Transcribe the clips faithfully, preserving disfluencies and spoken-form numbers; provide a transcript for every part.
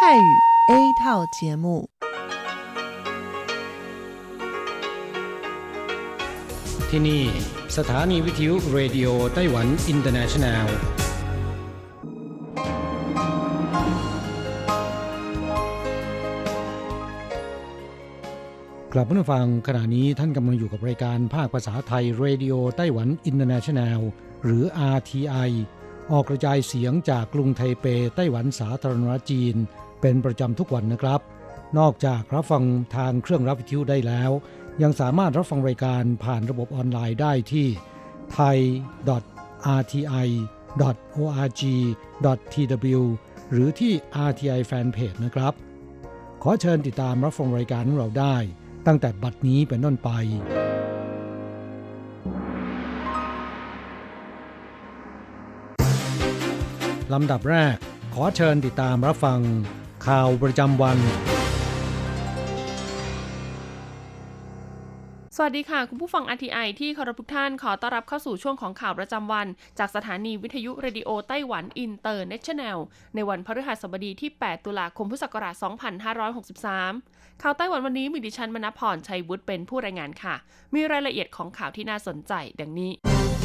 泰语 A 套节目ที่นี่สถานีวิทยุเรดิโอไต้หวันอินเตอร์เนชั่นแนลกลับมาฟังขณะนี้ท่านกำลังอยู่กับรายการภาคภาษาไทยเรดิโอไต้หวันอินเตอร์เนชั่นแนลหรือ อาร์ ที ไอ ออกกระจายเสียงจากกรุงไทเปไต้หวันสาธารณรัฐจีนเป็นประจำทุกวันนะครับนอกจากรับฟังทางเครื่องรับวิทยุได้แล้วยังสามารถรับฟังรายการผ่านระบบออนไลน์ได้ที่ ไทย ดอท อาร์ ที ไอ ดอท โอ อาร์ จี ดอท ที ดับเบิลยู หรือที่ อาร์ ที ไอ Fanpage นะครับขอเชิญติดตามรับฟังรายการของเราได้ตั้งแต่บัดนี้เป็นต้นไปลำดับแรกขอเชิญติดตามรับฟังข่าวประจำวันสวัสดีค่ะคุณผู้ฟัง อาร์ ที ไอ ที่เคารพทุกท่านขอต้อนรับเข้าสู่ช่วงของข่าวประจำวันจากสถานีวิทยุเรดิโอไต้หวันอินเตอร์เนชั่นแนลในวันพฤหัสบดีที่แปดตุลาคมพุทธศักราชสองพันห้าร้อยหกสิบสามข่าวไต้หวันวันนี้มีดิฉันมณพรชัยวุฒิเป็นผู้รายงานค่ะมีรายละเอียดของข่าวที่น่าสนใจดังนี้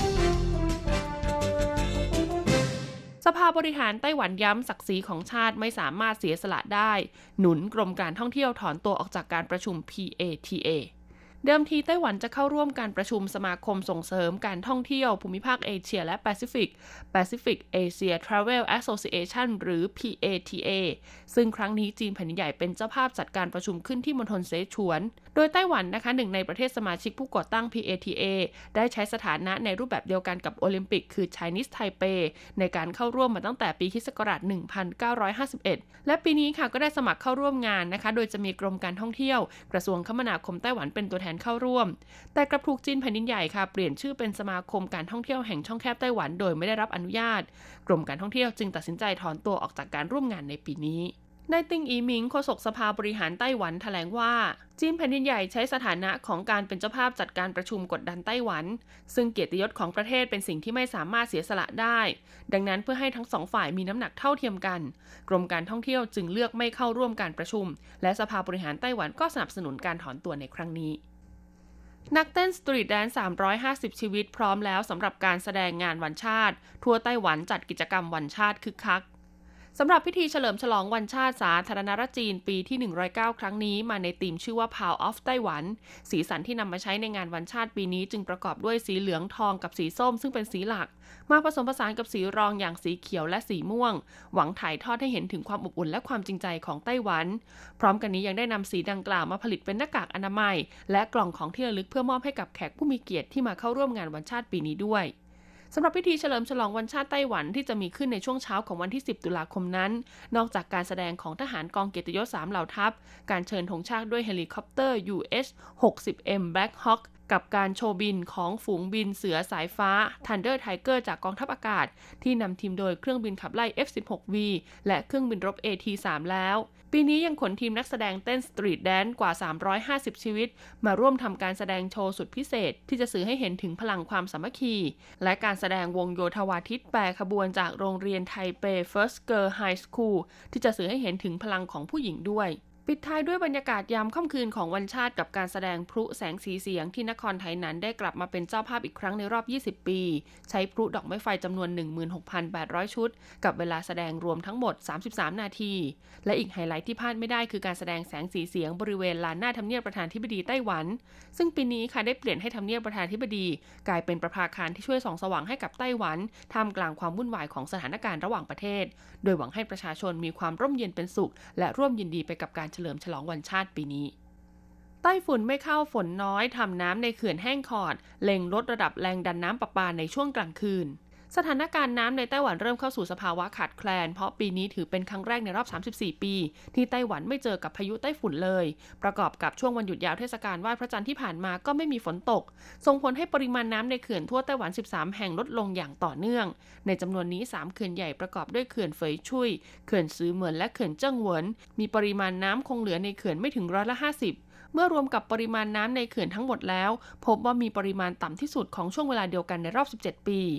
สภาบริหารไต้หวันย้ำศักดิ์ศรีของชาติไม่สามารถเสียสละได้หนุนกรมการท่องเที่ยวถอนตัวออกจากการประชุม พี เอ ที เอ เดิมทีไต้หวันจะเข้าร่วมการประชุมสมาคมส่งเสริมการท่องเที่ยวภูมิภาคเอเชียและแปซิฟิก Pacific Asia Travel Association หรือ พี เอ ที เอ ซึ่งครั้งนี้จีนแผ่นดินใหญ่เป็นเจ้าภาพจัดการประชุมขึ้นที่มณฑลเสฉวนโดยไต้หวันนะคะหนึ่งในประเทศสมาชิกผู้ก่อตั้ง พี เอ ที เอ ได้ใช้สถานะในรูปแบบเดียวกันกับโอลิมปิกคือ Chinese Taipei ในการเข้าร่วมมาตั้งแต่ปีค.ศ. หนึ่งพันเก้าร้อยห้าสิบเอ็ดและปีนี้ค่ะก็ได้สมัครเข้าร่วมงานนะคะโดยจะมีกรมการท่องเที่ยวกระทรวงคมนาคมไต้หวันเป็นตัวแทนเข้าร่วมแต่กลับถูกจีนแผ่นดินใหญ่ค่ะเปลี่ยนชื่อเป็นสมาคมการท่องเที่ยวแห่งช่องแคบไต้หวันโดยไม่ได้รับอนุญาตกรมการท่องเที่ยวจึงตัดสินใจถอนตัวออกจากการร่วมงานในปีนี้นายติงอีหมิงโฆษกสภาบริหารไต้หวันแถลงว่าจีนแผ่นดินใหญ่ใช้สถานะของการเป็นเจ้าภาพจัดการประชุมกดดันไต้หวันซึ่งเกียรติยศของประเทศเป็นสิ่งที่ไม่สามารถเสียสละได้ดังนั้นเพื่อให้ทั้งสองฝ่ายมีน้ำหนักเท่าเทียมกันกรมการท่องเที่ยวจึงเลือกไม่เข้าร่วมการประชุมและสภาบริหารไต้หวันก็สนับสนุนการถอนตัวในครั้งนี้นักเต้นสตรีทแดนซ์สามร้อยห้าสิบชีวิตพร้อมแล้วสำหรับการแสดงงานวันชาติทั่วไต้หวันจัดกิจกรรมวันชาติคึกคักสำหรับพิธีเฉลิมฉลองวันชาติสาธารณรัฐจีนปีที่หนึ่งร้อยเก้าครั้งนี้มาในธีมชื่อว่า Power of ไต้หวันสีสันที่นำมาใช้ในงานวันชาติปีนี้จึงประกอบด้วยสีเหลืองทองกับสีส้มซึ่งเป็นสีหลักมาผสมผสานกับสีรองอย่างสีเขียวและสีม่วงหวังถ่ายทอดให้เห็นถึงความอบอุ่นและความจริงใจของไต้หวันพร้อมกันนี้ยังได้นำสีดังกล่าวมาผลิตเป็นหน้ากากอนามัยและกล่องของที่ระลึกเพื่อมอบให้กับแขกผู้มีเกียรติที่มาเข้าร่วมงานวันชาติปีนี้ด้วยสำหรับพิธีเฉลิมฉลองวันชาติไต้หวันที่จะมีขึ้นในช่วงเช้าของวันที่สิบตุลาคมนั้นนอกจากการแสดงของทหารกองเกียรติยศสามเหล่าทัพการเชิญธงชาติด้วยเฮลิคอปเตอร์ ยู เอช หกสิบเอ็ม Black Hawk กับการโชว์บินของฝูงบินเสือสายฟ้า Thunder Tiger จากกองทัพอากาศที่นำทีมโดยเครื่องบินขับไล่ เอฟ สิบหก วี และเครื่องบินรบ เอ ที สาม แล้วปีนี้ยังขนทีมนักแสดงเต้นสตรีทแดนซ์กว่าสามร้อยห้าสิบชีวิตมาร่วมทำการแสดงโชว์สุดพิเศษที่จะสื่อให้เห็นถึงพลังความสามัคคีและการแสดงวงโยธวาทิตแปรขบวนจากโรงเรียนไทเป First Girl High School ที่จะสื่อให้เห็นถึงพลังของผู้หญิงด้วยปิดท้ายด้วยบรรยากาศยามค่ำคืนของวันชาติกับการแสดงพลุแสงสีเสียงที่นครไทหนานได้กลับมาเป็นเจ้าภาพอีกครั้งในรอบยี่สิบปีใช้พลุดอกไม้ไฟจำนวน หนึ่งหมื่นหกพันแปดร้อย ชุดกับเวลาแสดงรวมทั้งหมดสามสิบสามนาทีและอีกไฮไลท์ที่พลาดไม่ได้คือการแสดงแสงสีเสียงบริเวณลานหน้าทำเนียบประธานาธิบดีไต้หวันซึ่งปีนี้ค่ะได้เปลี่ยนให้ทำเนียบประธานาธิบดีกลายเป็นประภาคารที่ช่วยส่องสว่างให้กับไต้หวันท่ามกลางความวุ่นวายของสถานการณ์ระหว่างประเทศโดยหวังให้ประชาชนมีความร่มเย็นเป็นสุขและร่วมยินดีไปกับการเฉลิมฉลองวันชาติปีนี้ไต้ฝุ่นไม่เข้าฝนน้อยทำน้ำในเขื่อนแห้งขอดเล็งลดระดับแรงดันน้ำประปาในช่วงกลางคืนสถานการณ์น้ำในไต้หวันเริ่มเข้าสู่สภาวะขาดแคลนเพราะปีนี้ถือเป็นครั้งแรกในรอบสามสิบสี่ปีที่ไต้หวันไม่เจอกับพายุไต้ฝุ่นเลยประกอบกับช่วงวันหยุดยาวเทศกาลไหว้พระจันทร์ที่ผ่านมาก็ไม่มีฝนตกส่งผลให้ปริมาณน้ำในเขื่อนทั่วไต้หวันสิบสามแห่งลดลงอย่างต่อเนื่องในจำนวนนี้สามเขื่อนใหญ่ประกอบด้วยเขื่อนเฟยชุยเขื่อนซือเหมินและเขื่อนเจิ้งเหวินมีปริมาณน้ำคงเหลือในเขื่อนไม่ถึงร้อยละห้าสิบเมื่อรวมกับปริมาณน้ำในเขื่อนทั้งหมดแล้วพบว่ามีปริมาณต่ำที่สุดของช่วงเวลาเดียวกันในรอบสิบเจ็ดปี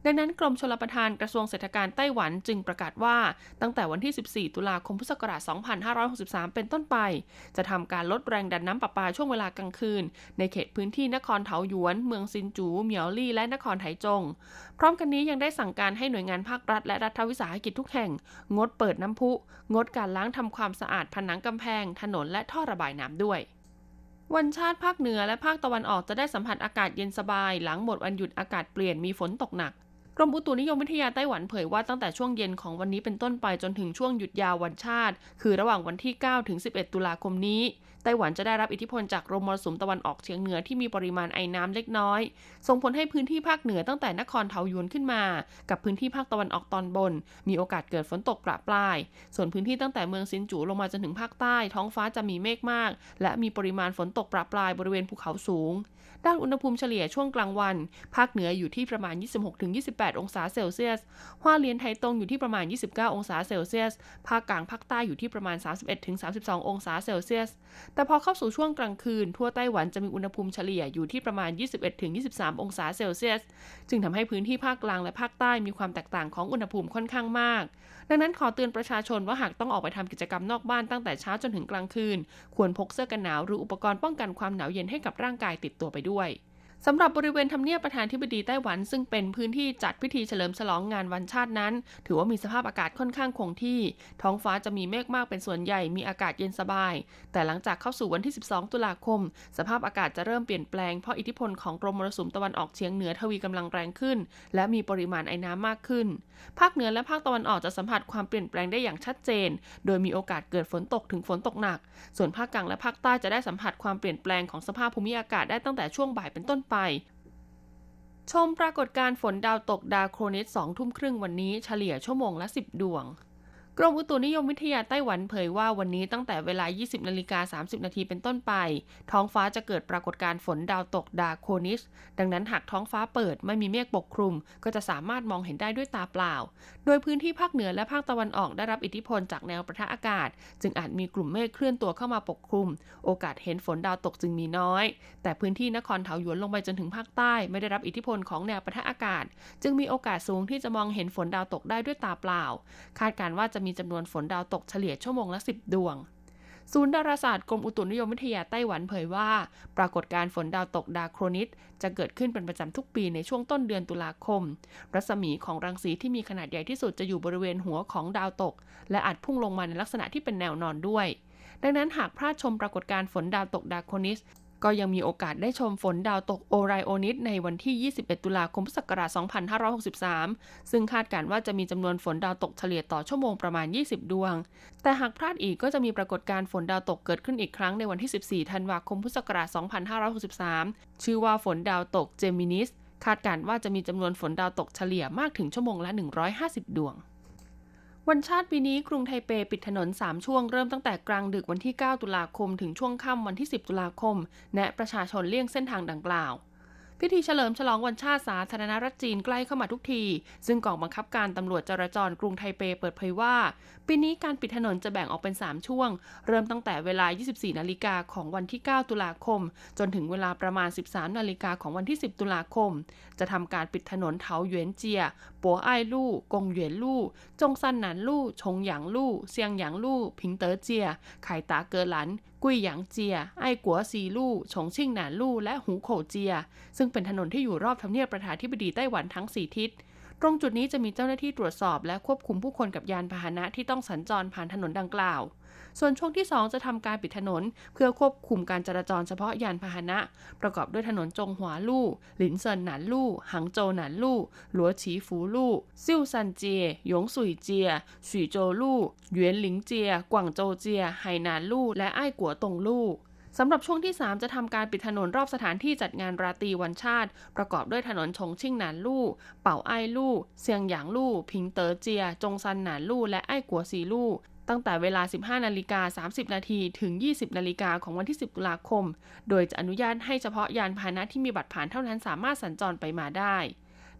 ดังนั้นกรมชลประทานกระทรวงเศรษฐกิจไต้หวันจึงประกาศว่าตั้งแต่วันที่สิบสี่ตุลาคมพุทธศักราชสองพันห้าร้อยหกสิบสามเป็นต้นไปจะทำการลดแรงดันน้ำประปาช่วงเวลากลางคืนในเขตพื้นที่นครเถาหยวนเมืองซินจูเหมียวลี่และนครไถจงพร้อมกันนี้ยังได้สั่งการให้หน่วยงานภาครัฐและรัฐวิสาหกิจทุกแห่งงดเปิดน้ำพุงดการล้างทำความสะอาดผนังกำแพงถนนและท่อระบายน้ำด้วยวันชาติภาคเหนือและภาคตะวันออกจะได้สัมผัสอากาศเย็นสบายหลังหมดวันหยุดอากาศเปลี่ยนมีฝนตกหนักกรมอุตุนิยมวิทยาไต้หวันเผยว่าตั้งแต่ช่วงเย็นของวันนี้เป็นต้นไปจนถึงช่วงหยุดยาววันชาติคือระหว่างวันที่เก้าถึงสิบเอ็ดตุลาคมนี้ไต้หวันจะได้รับอิทธิพลจากลมมรสุมตะวันออกเฉียงเหนือที่มีปริมาณไอน้ำเล็กน้อยส่งผลให้พื้นที่ภาคเหนือตั้งแต่นครเถาหยวนขึ้นมากับพื้นที่ภาคตะวันออกตอนบนมีโอกาสเกิดฝนตกประปรายส่วนพื้นที่ตั้งแต่เมืองซินจูลงมาจนถึงภาคใต้ท้องฟ้าจะมีเมฆมากและมีปริมาณฝนตกประปรายบริเวณภูเขาสูงด้านอุณหภูมิเฉลี่ยช่วงกลางวันภาคเหนืออยู่ที่ประมาณ ยี่สิบหกถึงยี่สิบแปด องศาเซลเซียสฮวาเลียนไทตงอยู่ที่ประมาณ ยี่สิบเก้า องศาเซลเซียสภาคกลางภาคใต้อยู่ที่ประมาณ สามสิบเอ็ดถึงสามสิบสอง องศาเซลเซียสแต่พอเข้าสู่ช่วงกลางคืนทั่วไต้หวันจะมีอุณหภูมิเฉลี่ยอยู่ที่ประมาณ ยี่สิบเอ็ดถึงยี่สิบสาม องศาเซลเซียสจึงทำให้พื้นที่ภาคกลางและภาคใต้มีความแตกต่างของอุณหภูมิค่อนข้างมากดังนั้นขอเตือนประชาชนว่าหากต้องออกไปทำกิจกรรมนอกบ้านตั้งแต่เช้าจนถึงกลางคืนควรพกเสื้อกันหนาวหรืออุปกรณ์ป้องกันความหนาวเย็นให้กับร่างกายติดตัวไปด้วยสำหรับบริเวณทำเนียบประธานาธิบดีไต้หวันซึ่งเป็นพื้นที่จัดพิธีเฉลิมฉลองงานวันชาตินั้นถือว่ามีสภาพอากาศค่อนข้างคงที่ท้องฟ้าจะมีเมฆมากเป็นส่วนใหญ่มีอากาศเย็นสบายแต่หลังจากเข้าสู่วันที่สิบสองตุลาคมสภาพอากาศจะเริ่มเปลี่ยนแปลงเพราะอิทธิพลของลมมรสุมตะวันออกเฉียงเหนือทวีกำลังแรงขึ้นและมีปริมาณไอน้ำมากขึ้นภาคเหนือและภาคตะวันออกจะสัมผัสความเปลี่ยนแปลงได้อย่างชัดเจนโดยมีโอกาสเกิดฝนตกถึงฝนตกหนักส่วนภาคกลางและภาคใต้จะได้สัมผัสความเปลี่ยนแปลงของสภาพภูมิอากาศได้ตั้งแต่ช่วงบ่ายเป็นต้นไปชมปรากฏการณ์ฝนดาวตกดาโครนิสสองทุ่มครึ่งวันนี้เฉลี่ยชั่วโมงละสิบดวงกรมอุตุนิยมวิทยาไต้หวันเผยว่าวันนี้ตั้งแต่เวลา ยี่สิบนาฬิกาสามสิบนาทีเป็นต้นไปท้องฟ้าจะเกิดปรากฏการณ์ฝนดาวตกดาโครนิสดังนั้นหากท้องฟ้าเปิดไม่มีเมฆปกคลุมก็จะสามารถมองเห็นได้ด้วยตาเปล่าโดยพื้นที่ภาคเหนือและภาคตะวันออกได้รับอิทธิพลจากแนวปะทะอากาศจึงอาจมีกลุ่มเมฆเคลื่อนตัวเข้ามาปกคลุมโอกาสเห็นฝนดาวตกจึงมีน้อยแต่พื้นที่นครเถาหยวนลงไปจนถึงภาคใต้ไม่ได้รับอิทธิพลของแนวปะทะอากาศจึงมีโอกาสสูงที่จะมองเห็นฝนดาวตกได้ด้วยตาเปล่าคาดการณ์ว่าจะมีจำนวนฝนดาวตกเฉลี่ยชั่วโมงละสิบดวงศูนย์ดาราศาสตร์กรมอุตุนิยมวิทยาไต้หวันเผยว่าปรากฏการณ์ฝนดาวตกดาโครนิสจะเกิดขึ้นเป็นประจำทุกปีในช่วงต้นเดือนตุลาคมรัศมีของรังสีที่มีขนาดใหญ่ที่สุดจะอยู่บริเวณหัวของดาวตกและอาจพุ่งลงมาในลักษณะที่เป็นแนวนอนด้วยดังนั้นหากพลาดชมปรากฏการณ์ฝนดาวตกดาโครนิสก็ยังมีโอกาสได้ชมฝนดาวตกโอไรโอนิสในวันที่ยี่สิบเอ็ดตุลาคมพุทธศักราชสองพันห้าร้อยหกสิบสามซึ่งคาดการณ์ว่าจะมีจำนวนฝนดาวตกเฉลี่ยต่อชั่วโมงประมาณยี่สิบดวงแต่หากพลาดอีกก็จะมีปรากฏการณ์ฝนดาวตกเกิดขึ้นอีกครั้งในวันที่สิบสี่ธันวาคมพุทธศักราชสองพันห้าร้อยหกสิบสามชื่อว่าฝนดาวตกเจมินิสคาดการณ์ว่าจะมีจำนวนฝนดาวตกเฉลี่ยมากถึงชั่วโมงละหนึ่งร้อยห้าสิบดวงวันชาติปีนี้กรุงไทเปปิดถนนสามช่วงเริ่มตั้งแต่กลางดึกวันที่เก้าตุลาคมถึงช่วงค่ำวันที่สิบตุลาคมแนะประชาชนเลี่ยงเส้นทางดังกล่าวพิธีเฉลิมฉลองวันชาติสาธารณรัฐจีนใกล้เข้ามาทุกทีซึ่งกองบังคับการตำรวจจราจรกรุงไทเปเปิดเผยว่าปีนี้การปิดถนนจะแบ่งออกเป็นสามช่วงเริ่มตั้งแต่เวลา ยี่สิบสี่นาฬิกาของวันที่เก้าตุลาคมจนถึงเวลาประมาณ สิบสามนาฬิกาของวันที่สิบตุลาคมจะทำการปิดถนนเถาหยวนเจียปัวอ้ายลู่กงหยวนลู่จงซันหนานลู่ชงหยางลู่เซียงหยางลู่ผิงเต๋อเจียไข่ตาเกอหลันกุ้ยหยางเจียไอ้กัวซีลู่ชงชิ่งหนานลู่และหูโขเจียซึ่งเป็นถนนที่อยู่รอบทำเนียบประธานาธิบดีไต้หวันทั้งสี่ทิศตรงจุดนี้จะมีเจ้าหน้าที่ตรวจสอบและควบคุมผู้คนกับยานพาหนะที่ต้องสัญจรผ่านถนนดังกล่าวส่วนช่วงที่สองจะทำการปิดถนนเพื่อควบคุมการจราจรเฉพาะยานพาหนะประกอบด้วยถนนจงหวาลู่หลินเซินหนานลู่หังโจวหนานลู่หลัวฉีฟูลู่ซิ่วซันเจียหยงสุยเจียฉุยโจวลู่หยวนหลิงเจียกวางโจวเจียไหหนานลู่และอ้ายกัวตงลู่สำหรับช่วงที่สามจะทำการปิดถนนรอบสถานที่จัดงานราตรีวันชาติประกอบด้วยถนนชงชิ่งหนานลู่เป่าอ้ายลู่เซียงหยางลู่ผิงเต๋อเจียจงซันหนานลู่และอ้ายกัวซีลู่ตั้งแต่เวลา สิบห้านาฬิกาสามสิบนาทีถึง ยี่สิบนาฬิกาของวันที่สิบตุลาคมโดยจะอนุญาตให้เฉพาะยานพาหนะที่มีบัตรผ่านเท่านั้นสามารถสัญจรไปมาได้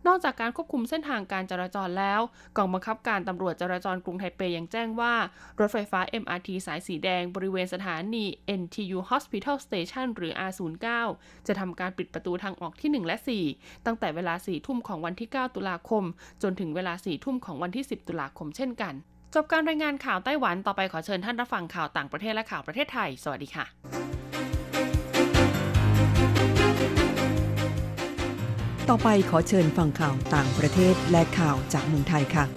นอกจากการควบคุมเส้นทางการจราจรแล้วกองบังคับการตำรวจจราจรกรุงไทเปยังแจ้งว่ารถไฟฟ้า เอ็ม อาร์ ที สายสีแดงบริเวณสถานี เอ็น ที ยู Hospital Station หรือ อาร์ ศูนย์เก้า จะทำการปิดประตูทางออกที่หนึ่งและสี่ตั้งแต่เวลาสี่ทุ่มของวันที่เก้าตุลาคมจนถึงเวลาสี่ทุ่มของวันที่สิบตุลาคมเช่นกันจบการรายงานข่าวไต้หวันต่อไปขอเชิญท่านรับฟังข่าวต่างประเทศและข่าวประเทศไทยสวัสดีค่ะต่อไปขอเชิญฟังข่าวต่างประเทศและข่าวจากเมืองไทยค่ะ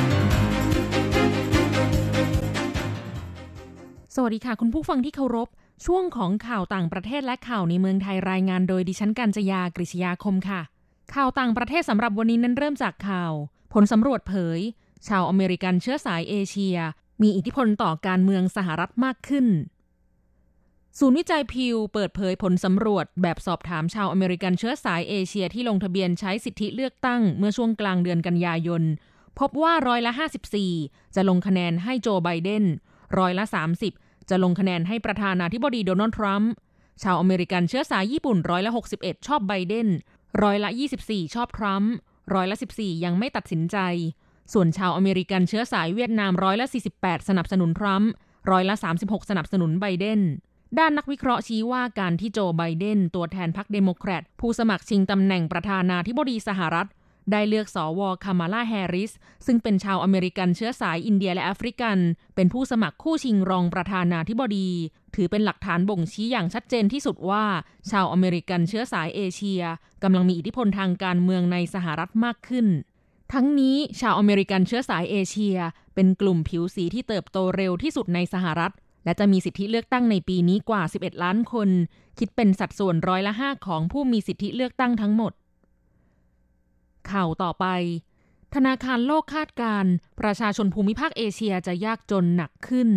สวัสดีค่ะคุณผู้ฟังที่เคารพช่วงของข่าวต่างประเทศและข่าวในเมืองไทยรายงานโดยดิฉันกัญจยากฤษยาคมค่ะข่าวต่างประเทศสำหรับวันนี้นั้นเริ่มจากข่าวผลสำรวจเผยชาวอเมริกันเชื้อสายเอเชียมีอิทธิพลต่อการเมืองสหรัฐมากขึ้นศูนย์วิจัยพิวเปิดเผยผลสำรวจแบบสอบถามชาวอเมริกันเชื้อสายเอเชียที่ลงทะเบียนใช้สิทธิเลือกตั้งเมื่อช่วงกลางเดือนกันยายนพบว่าร้อยละห้าสิบสี่จะลงคะแนนให้โจไบเดนร้อยละสามสิบจะลงคะแนนให้ประธานาธิบดีโดนัลด์ทรัมป์ชาวอเมริกันเชื้อสายญี่ปุ่นร้อยละหกสิบเอ็ดชอบไบเดนร้อยละยี่สิบสี่ชอบทรัมป์ร้อยละสิบสี่ยังไม่ตัดสินใจส่วนชาวอเมริกันเชื้อสายเวียดนามร้อยละสี่สิบแปดสนับสนุนทรัมป์ร้อยละสามสิบหกสนับสนุนไบเดนด้านนักวิเคราะห์ชี้ว่าการที่โจไบเดนตัวแทนพรรคเดโมแครตผู้สมัครชิงตำแหน่งประธานาธิบดีสหรัฐได้เลือกสวคามาลาแฮร์ริสซึ่งเป็นชาวอเมริกันเชื้อสายอินเดียและแอฟริกันเป็นผู้สมัครคู่ชิงรองประธานาธิบดีถือเป็นหลักฐานบ่งชี้อย่างชัดเจนที่สุดว่าชาวอเมริกันเชื้อสายเอเชียกำลังมีอิทธิพลทางการเมืองในสหรัฐมากขึ้นทั้งนี้ชาวอเมริกันเชื้อสายเอเชียเป็นกลุ่มผิวสีที่เติบโตเร็วที่สุดในสหรัฐและจะมีสิทธิเลือกตั้งในปีนี้กว่าสิบเอ็ดล้านคนคิดเป็นสัดส่วนร้อยละห้าของผู้มีสิทธิเลือกตั้งทั้งหมดข่าวต่อไปธนาคารโลกคาดการณ์ประชาชนภูมิภาคเอเชียจะยากจนหนักขึ้น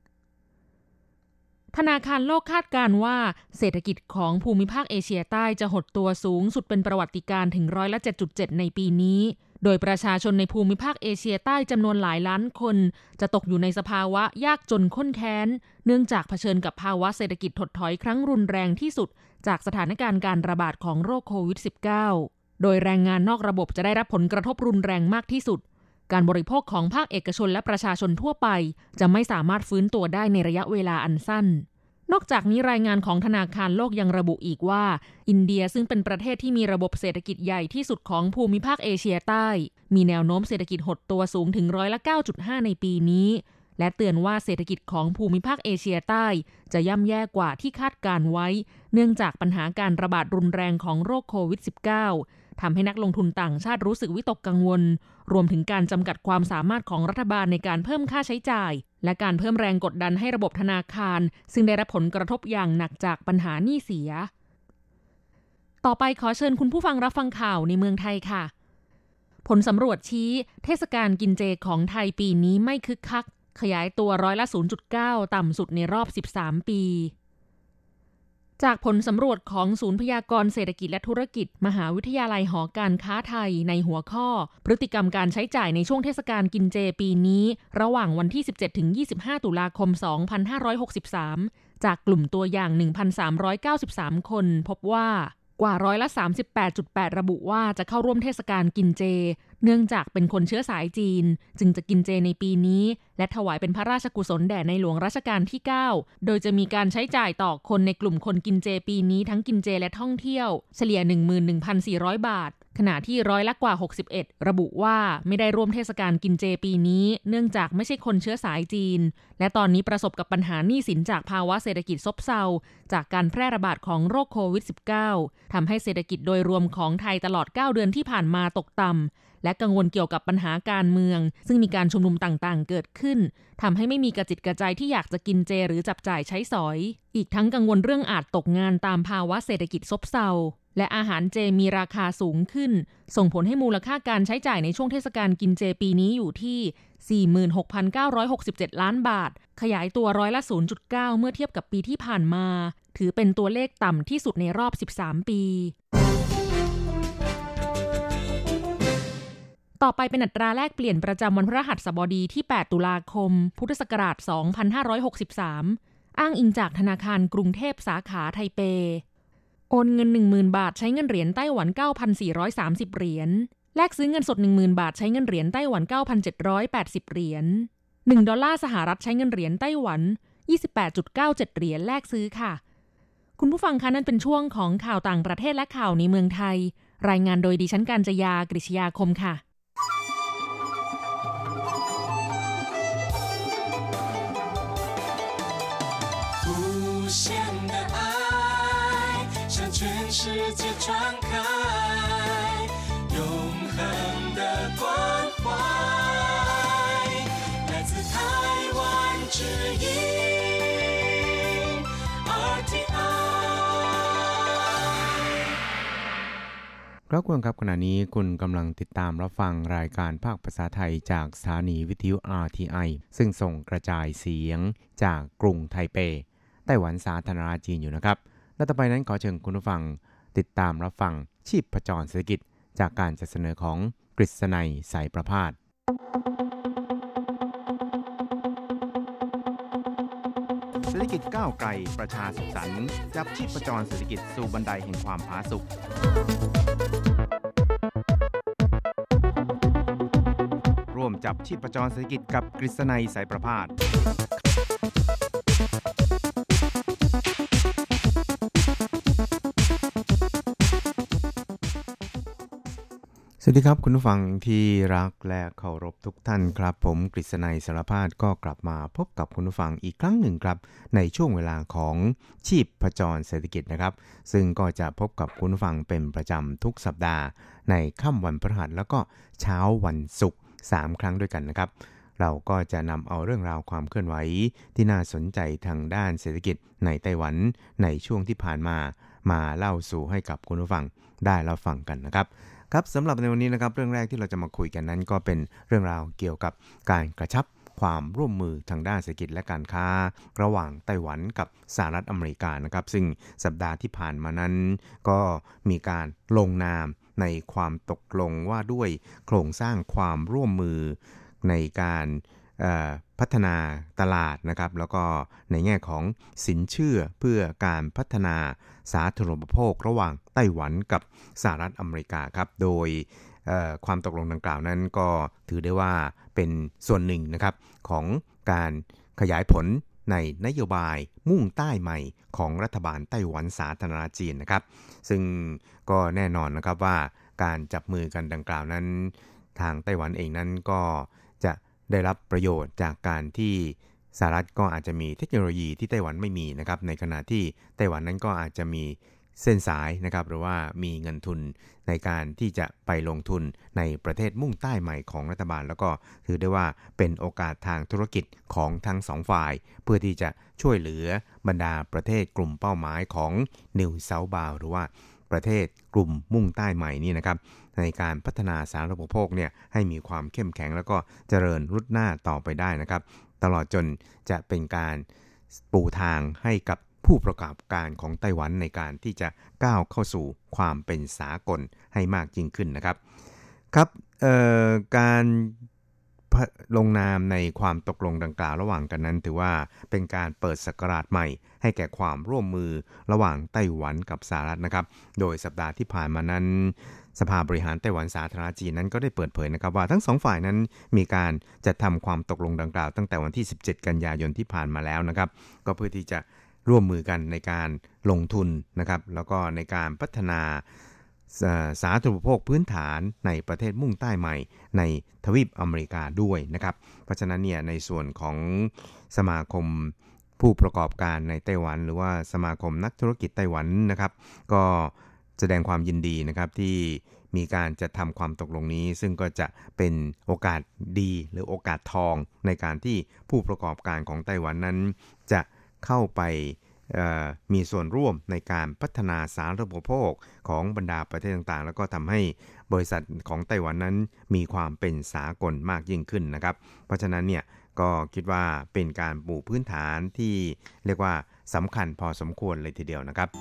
ธนาคารโลกคาดการณ์ว่าเศรษฐกิจของภูมิภาคเอเชียใต้จะหดตัวสูงสุดเป็นประวัติการณ์ถึงร้อยละ เจ็ดจุดเจ็ด ในปีนี้โดยประชาชนในภูมิภาคเอเชียใต้จำนวนหลายล้านคนจะตกอยู่ในสภาวะยากจนข้นแค้นเนื่องจากเผชิญกับภาวะเศรษฐกิจถดถอยครั้งรุนแรงที่สุดจากสถานการณ์การระบาดของโรคโควิด สิบเก้า โดยแรงงานนอกระบบจะได้รับผลกระทบรุนแรงมากที่สุดการบริโภคของภาคเอกชนและประชาชนทั่วไปจะไม่สามารถฟื้นตัวได้ในระยะเวลาอันสั้นนอกจากนี้รายงานของธนาคารโลกยังระบุอีกว่าอินเดียซึ่งเป็นประเทศที่มีระบบเศรษฐกิจใหญ่ที่สุดของภูมิภาคเอเชียใต้มีแนวโน้มเศรษฐกิจหดตัวสูงถึงร้อยละ เก้าจุดห้า ในปีนี้และเตือนว่าเศรษฐกิจของภูมิภาคเอเชียใต้จะย่ำแย่กว่าที่คาดการไว้เนื่องจากปัญหาการระบาดรุนแรงของโรคโควิด สิบเก้า ทำให้นักลงทุนต่างชาติรู้สึกวิตกกังวลรวมถึงการจำกัดความสามารถของรัฐบาลในการเพิ่มค่าใช้จ่ายและการเพิ่มแรงกดดันให้ระบบธนาคารซึ่งได้รับผลกระทบอย่างหนักจากปัญหาหนี้เสียต่อไปขอเชิญคุณผู้ฟังรับฟังข่าวในเมืองไทยค่ะผลสำรวจชี้เทศกาลกินเจของไทยปีนี้ไม่คึกคักขยายตัวร้อยละ ศูนย์จุดเก้า ต่ำสุดในรอบสิบสามปีจากผลสำรวจของศูนย์พยากรณ์เศรษฐกิจและธุรกิจมหาวิทยาลัยหอการค้าไทยในหัวข้อพฤติกรรมการใช้จ่ายในช่วงเทศกาลกินเจปีนี้ระหว่างวันที่ สิบเจ็ดถึงยี่สิบห้า ตุลาคม สองพันห้าร้อยหกสิบสาม จากกลุ่มตัวอย่าง หนึ่งพันสามร้อยเก้าสิบสาม คนพบว่ากว่าร้อยละ สามสิบแปดจุดแปด ระบุว่าจะเข้าร่วมเทศกาลกินเจเนื่องจากเป็นคนเชื้อสายจีนจึงจะกินเจในปีนี้และถวายเป็นพระราชกุศลแด่ในหลวงรัชกาลที่เก้าโดยจะมีการใช้จ่ายต่อคนในกลุ่มคนกินเจปีนี้ทั้งกินเจและท่องเที่ยวเฉลี่ย หนึ่งหมื่นหนึ่งพันสี่ร้อย บาทขณะที่ร้อยละกว่าหกสิบเอ็ดระบุว่าไม่ได้ร่วมเทศกาลกินเจปีนี้เนื่องจากไม่ใช่คนเชื้อสายจีนและตอนนี้ประสบกับปัญหาหนี้สินจากภาวะเศรษฐกิจซบเซาจากการแพร่ระบาดของโรคโควิด สิบเก้า ทำให้เศรษฐกิจโดยรวมของไทยตลอดเก้าเดือนที่ผ่านมาตกต่ำและกังวลเกี่ยวกับปัญหาการเมืองซึ่งมีการชุมนุมต่างๆเกิดขึ้นทำให้ไม่มีกระจิตกระใจที่อยากจะกินเจหรือจับจ่ายใช้สอยอีกทั้งกังวลเรื่องอาจตกงานตามภาวะเศรษฐกิจซบเซาและอาหารเจมีราคาสูงขึ้นส่งผลให้มูลค่าการใช้จ่ายในช่วงเทศกาลกินเจปีนี้อยู่ที่ สี่หมื่นหกพันเก้าร้อยหกสิบเจ็ด ล้านบาทขยายตัวร้อยละ ศูนย์จุดเก้า เมื่อเทียบกับปีที่ผ่านมาถือเป็นตัวเลขต่ำที่สุดในรอบสิบสามปีต่อไปเป็นอัตราแลกเปลี่ยนประจำวันพฤหัสบดีที่แปดตุลาคมพุทธศักราชสองพันห้าร้อยหกสิบสามอ้างอิงจากธนาคารกรุงเทพสาขาไทเปโอนเงิน หนึ่งหมื่น บาทใช้เงินเหรียญไต้หวัน เก้าพันสี่ร้อยสามสิบ เหรียญแลกซื้อเงินสด หนึ่งหมื่น บาทใช้เงินเหรียญไต้หวัน เก้าพันเจ็ดร้อยแปดสิบ เหรียญหนึ่งดอลลาร์สหรัฐใช้เงินเหรียญไต้หวัน ยี่สิบแปดจุดเก้าเจ็ด เหรียญแลกซื้อค่ะคุณผู้ฟังคะนั่นเป็นช่วงของข่าวต่างประเทศและข่าวในเมืองไทยรายงานโดยดิฉันกัญจยากฤษยาคมค่ะ世界传开永恒的关怀来自台湾之音 อาร์ ที ไอครับคุณครับขณะนี้คุณกำลังติดตามรับฟังรายการภาคภาษาไทยจากสถานีวิทยุ อาร์ ที ไอ ซึ่งส่งกระจายเสียงจากกรุงไทเปไต้หวันสาธารณรัฐจีนอยู่นะครับและต่อไปนั้นขอเชิญคุณผู้ฟังติดตามรับฟังชีพจรเศรษฐกิจจากการจัดเสนอของกฤษณัยสายประภาสเศรษฐกิจก้าวไกลประชาสุขสันต์จับชีพจรเศรษฐกิจสู่บันไดแห่งความผาสุกร่วมจับชีพจรเศรษฐกิจกับกฤษณัยสายประภาสสวัสดีครับคุณผู้ฟังที่รักและเคารพทุกท่านครับผมกฤษณัยสารพาดก็กลับมาพบกับคุณผู้ฟังอีกครั้งหนึ่งครับในช่วงเวลาของชีพจรเศรษฐกิจนะครับซึ่งก็จะพบกับคุณผู้ฟังเป็นประจำทุกสัปดาห์ในค่ำวันพฤหัสแล้วก็เช้าวันศุกร์สามครั้งด้วยกันนะครับเราก็จะนำเอาเรื่องราวความเคลื่อนไหวที่น่าสนใจทางด้านเศรษฐกิจในไต้หวันในช่วงที่ผ่านมามาเล่าสู่ให้กับคุณผู้ฟังได้รับฟังกันนะครับครับสำหรับในวันนี้นะครับเรื่องแรกที่เราจะมาคุยกันนั้นก็เป็นเรื่องราวเกี่ยวกับการกระชับความร่วมมือทางด้านเศรษฐกิจและการค้าระหว่างไต้หวันกับสหรัฐอเมริกานะครับซึ่งสัปดาห์ที่ผ่านมานั้นก็มีการลงนามในความตกลงว่าด้วยโครงสร้างความร่วมมือในการพัฒนาตลาดนะครับแล้วก็ในแง่ของสินเชื่อเพื่อการพัฒนาสาธารณูปโภคระหว่างไต้หวันกับสหรัฐอเมริกาครับโดยความตกลงดังกล่าวนั้นก็ถือได้ว่าเป็นส่วนหนึ่งนะครับของการขยายผลในนโยบายมุ่งใต้ใหม่ของรัฐบาลไต้หวันสาธารณรัฐจีนนะครับซึ่งก็แน่นอนนะครับว่าการจับมือกันดังกล่าวนั้นทางไต้หวันเองนั้นก็จะได้รับประโยชน์จากการที่สหรัฐก็อาจจะมีเทคโนโลยีที่ไต้หวันไม่มีนะครับในขณะที่ไต้หวันนั้นก็อาจจะมีเส้นสายนะครับหรือว่ามีเงินทุนในการที่จะไปลงทุนในประเทศมุ่งใต้ใหม่ของรัฐบาลแล้วก็ถือได้ว่าเป็นโอกาสทางธุรกิจของทั้งสองฝ่ายเพื่อที่จะช่วยเหลือบรรดาประเทศกลุ่มเป้าหมายของ New South Bound หรือว่าประเทศกลุ่มมุ่งใต้ใหม่นี่นะครับในการพัฒนาสาธารณูปโภคเนี่ยให้มีความเข้มแข็งแล้วก็เจริญรุดหน้าต่อไปได้นะครับตลอดจนจะเป็นการปูทางให้กับผู้ประกอบการของไต้หวันในการที่จะก้าวเข้าสู่ความเป็นสากลให้มากยิ่งขึ้นนะครับครับการลงนามในความตกลงดังกล่าวระหว่างกันนั้นถือว่าเป็นการเปิดศักราชใหม่ให้แก่ความร่วมมือระหว่างไต้หวันกับสหรัฐนะครับโดยสัปดาห์ที่ผ่านมานั้นสภาบริหารไต้หวันสาธารณรัฐจีนนั้นก็ได้เปิดเผยนะครับว่าทั้งสองฝ่ายนั้นมีการจัดทำความตกลงดังกล่าวตั้งแต่วันที่สิบเจ็ดกันยายนที่ผ่านมาแล้วนะครับก็เพื่อที่จะร่วมมือกันในการลงทุนนะครับแล้วก็ในการพัฒนาสาธารณูปโภคพื้นฐานในประเทศมุ่งใต้ใหม่ในทวีปอเมริกาด้วยนะครับเพราะฉะนั้นเนี่ยในส่วนของสมาคมผู้ประกอบการในไต้หวันหรือว่าสมาคมนักธุรกิจไต้หวันนะครับก็แสดงความยินดีนะครับที่มีการจัดทำความตกลงนี้ซึ่งก็จะเป็นโอกาสดีหรือโอกาสทองในการที่ผู้ประกอบการของไต้หวันนั้นจะเข้าไปมีส่วนร่วมในการพัฒนาสาธารณูปโภคของบรรดาประเทศต่างๆแล้วก็ทำให้บริษัทของไต้หวันนั้นมีความเป็นสากลมากยิ่งขึ้นนะครับเพราะฉะนั้นเนี่ยก็คิดว่าเป็นการปูพื้นฐานที่เรียกว่าสำคัญพอสมควรเลยทีเดียวนะครับ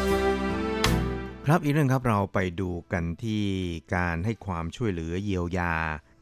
ครับอีกเรื่องครับเราไปดูกันที่การให้ความช่วยเหลือเยียวยา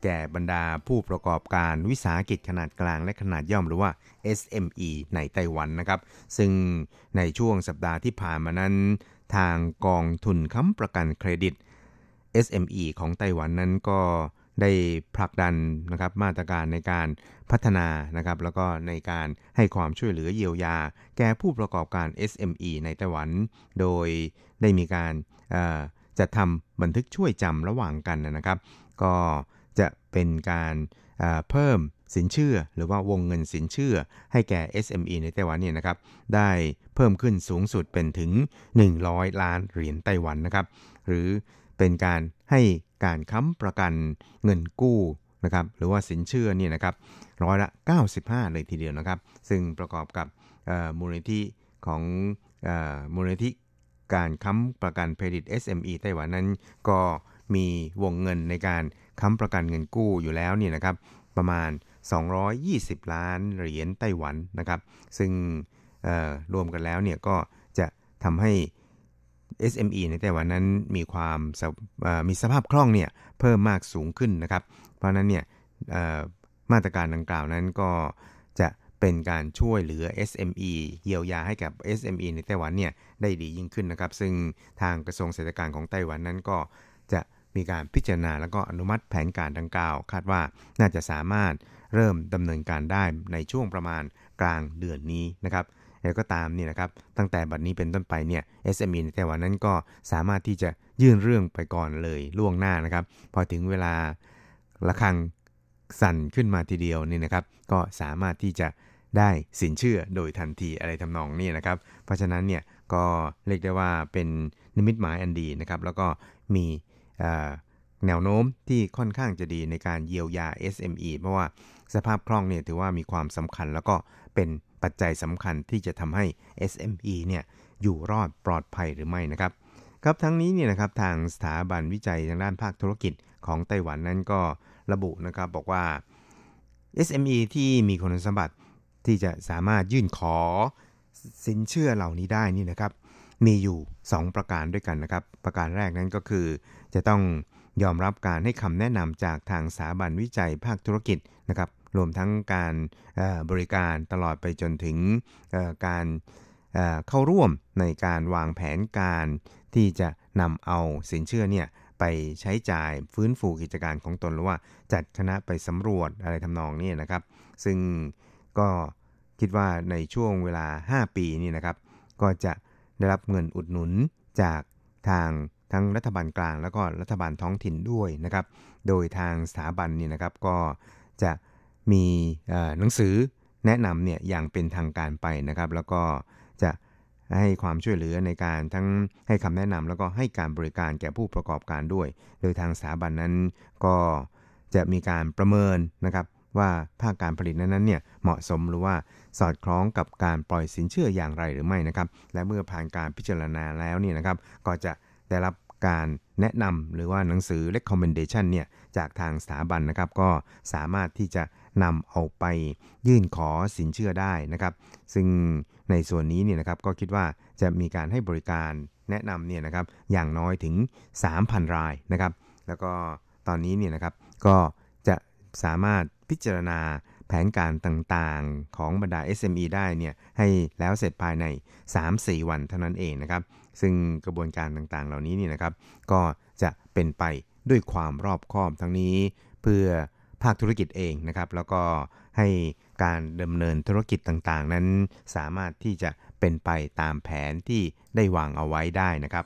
แก่บรรดาผู้ประกอบการวิสาหกิจขนาดกลางและขนาดย่อมหรือว่า เอส เอ็ม อี ในไต้หวันนะครับซึ่งในช่วงสัปดาห์ที่ผ่านมานั้นทางกองทุนค้ำประกันเครดิต เอส เอ็ม อี ของไต้หวันนั้นก็ได้ผลักดันนะครับมาตรการในการพัฒนานะครับแล้วก็ในการให้ความช่วยเหลือเยียวยาแก่ผู้ประกอบการ เอส เอ็ม อี ในไต้หวันโดยได้มีการจัดทำบันทึกช่วยจำระหว่างกันนะครับก็จะเป็นการเพิ่มสินเชื่อหรือว่าวงเงินสินเชื่อให้แก่ เอส เอ็ม อี ในไต้หวันเนี่ยนะครับได้เพิ่มขึ้นสูงสุดเป็นถึงหนึ่งร้อยล้านเหรียญไต้หวันนะครับหรือเป็นการให้การค้ำประกันเงินกู้นะครับหรือว่าสินเชื่อนี่นะครับร้อยละเก้าสิบห้าเลยทีเดียวนะครับซึ่งประกอบกับมูลนิธิของมูลนิธิการค้ำประกันเครดิต เอส เอ็ม อี ไต้หวันนั้นก็มีวงเงินในการค้ำประกันเงินกู้อยู่แล้วนี่นะครับประมาณสองร้อยยี่สิบล้านเหรียญไต้หวันนะครับซึ่งรวมกันแล้วเนี่ยก็จะทำให้ เอส เอ็ม อี ในไต้หวันนั้นมีความมีสภาพคล่องเนี่ยเพิ่มมากสูงขึ้นนะครับเพราะนั้นเนี่ยมาตรการดังกล่าวนั้นก็จะเป็นการช่วยเหลือ เอส เอ็ม อี เยียวยาให้กับ เอส เอ็ม อี ในไต้หวันเนี่ยได้ดียิ่งขึ้นนะครับซึ่งทางกระทรวงเศรษฐกิจของไต้หวันนั้นก็จะมีการพิจารณาแล้วก็อนุมัติแผนการดังกล่าวคาดว่าน่าจะสามารถเริ่มดำเนินการได้ในช่วงประมาณกลางเดือนนี้นะครับแล้วก็ตามนี่นะครับตั้งแต่บัดนี้เป็นต้นไปเนี่ย เอส เอ็ม อี ในไต้หวันนั้นก็สามารถที่จะยื่นเรื่องไปก่อนเลยล่วงหน้านะครับพอถึงเวลาระฆังสั่นขึ้นมาทีเดียวนี่นะครับก็สามารถที่จะได้สินเชื่อโดยทันทีอะไรทำนองนี้นะครับเพราะฉะนั้นเนี่ยก็เรียกได้ว่าเป็นนิมิตหมายอันดีนะครับแล้วก็มีแนวโน้มที่ค่อนข้างจะดีในการเยียวยา เอส เอ็ม อี เพราะว่าสภาพคล่องเนี่ยถือว่ามีความสำคัญแล้วก็เป็นปัจจัยสำคัญที่จะทำให้ เอส เอ็ม อี เนี่ยอยู่รอดปลอดภัยหรือไม่นะครับครับทั้งนี้เนี่ยนะครับทางสถาบันวิจัยทางด้านภาคธุรกิจของไต้หวันนั้นก็ระบุนะครับบอกว่า เอส เอ็ม อี ที่มีคุณสมบัติที่จะสามารถยื่นขอสินเชื่อเหล่านี้ได้นี่นะครับมีอยู่สองประการด้วยกันนะครับประการแรกนั้นก็คือจะต้องยอมรับการให้คำแนะนำจากทางสถาบันวิจัยภาคธุรกิจนะครับรวมทั้งการบริการตลอดไปจนถึงการเข้าร่วมในการวางแผนการที่จะนำเอาสินเชื่อเนี่ยไปใช้จ่ายฟื้นฟูกิจการของตนหรือว่าจัดคณะไปสำรวจอะไรทำนองนี้นะครับซึ่งก็คิดว่าในช่วงเวลาห้าปีนี่นะครับก็จะได้รับเงินอุดหนุนจากทางทั้งรัฐบาลกลางแล้วก็รัฐบาลท้องถิ่นด้วยนะครับโดยทางสถาบันนี่นะครับก็จะมีหนังสือแนะนำเนี่ยอย่างเป็นทางการไปนะครับแล้วก็จะให้ความช่วยเหลือในการทั้งให้คำแนะนำแล้วก็ให้การบริการแก่ผู้ประกอบการด้วยโดยทางสถาบันนั้นก็จะมีการประเมินนะครับว่าภาคการผลิตนั้นเนี่ยเหมาะสมหรือว่าสอดคล้องกับการปล่อยสินเชื่ออย่างไรหรือไม่นะครับและเมื่อผ่านการพิจารณาแล้วเนี่ยนะครับก็จะได้รับการแนะนำหรือว่าหนังสือ recommendation เนี่ยจากทางสถาบันนะครับก็สามารถที่จะนำเอาไปยื่นขอสินเชื่อได้นะครับซึ่งในส่วนนี้เนี่ยนะครับก็คิดว่าจะมีการให้บริการแนะนำเนี่ยนะครับอย่างน้อยถึง สามพัน รายนะครับแล้วก็ตอนนี้เนี่ยนะครับก็จะสามารถพิจารณาแผนการต่างๆของบรรดา เอส เอ็ม อี ได้เนี่ยให้แล้วเสร็จภายใน สามถึงสี่ วันเท่านั้นเองนะครับซึ่งกระบวนการต่างๆเหล่านี้นี่นะครับก็จะเป็นไปด้วยความรอบคอบทั้งนี้เพื่อภาคธุรกิจเองนะครับแล้วก็ให้การดำเนินธุรกิจต่างๆนั้นสามารถที่จะเป็นไปตามแผนที่ได้วางเอาไว้ได้นะครับ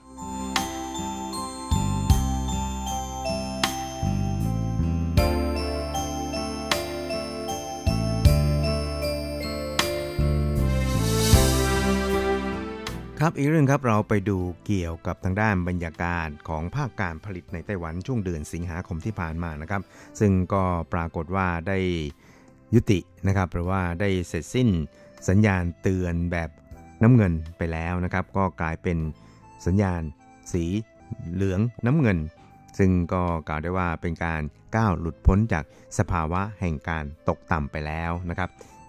ครับอีกเรื่องครับเราไปดูเกี่ยวกับทางด้านบรรยากาศของภาคการผลิตในไต้หวันช่วงเดือนสิงหาคมที่ผ่านมานะครับซึ่งก็ปรากฏว่าได้ยุตินะครับหรือว่าได้เสร็จสิ้นสัญญาณเตือนแบบน้ำเงินไปแล้วนะครับก็กลายเป็นสัญญาณสีเหลืองน้ำเงินซึ่งก็กล่าวได้ว่าเป็นการก้าวหลุดพ้นจากสภาวะแห่งการตกต่ำไปแล้วนะครับท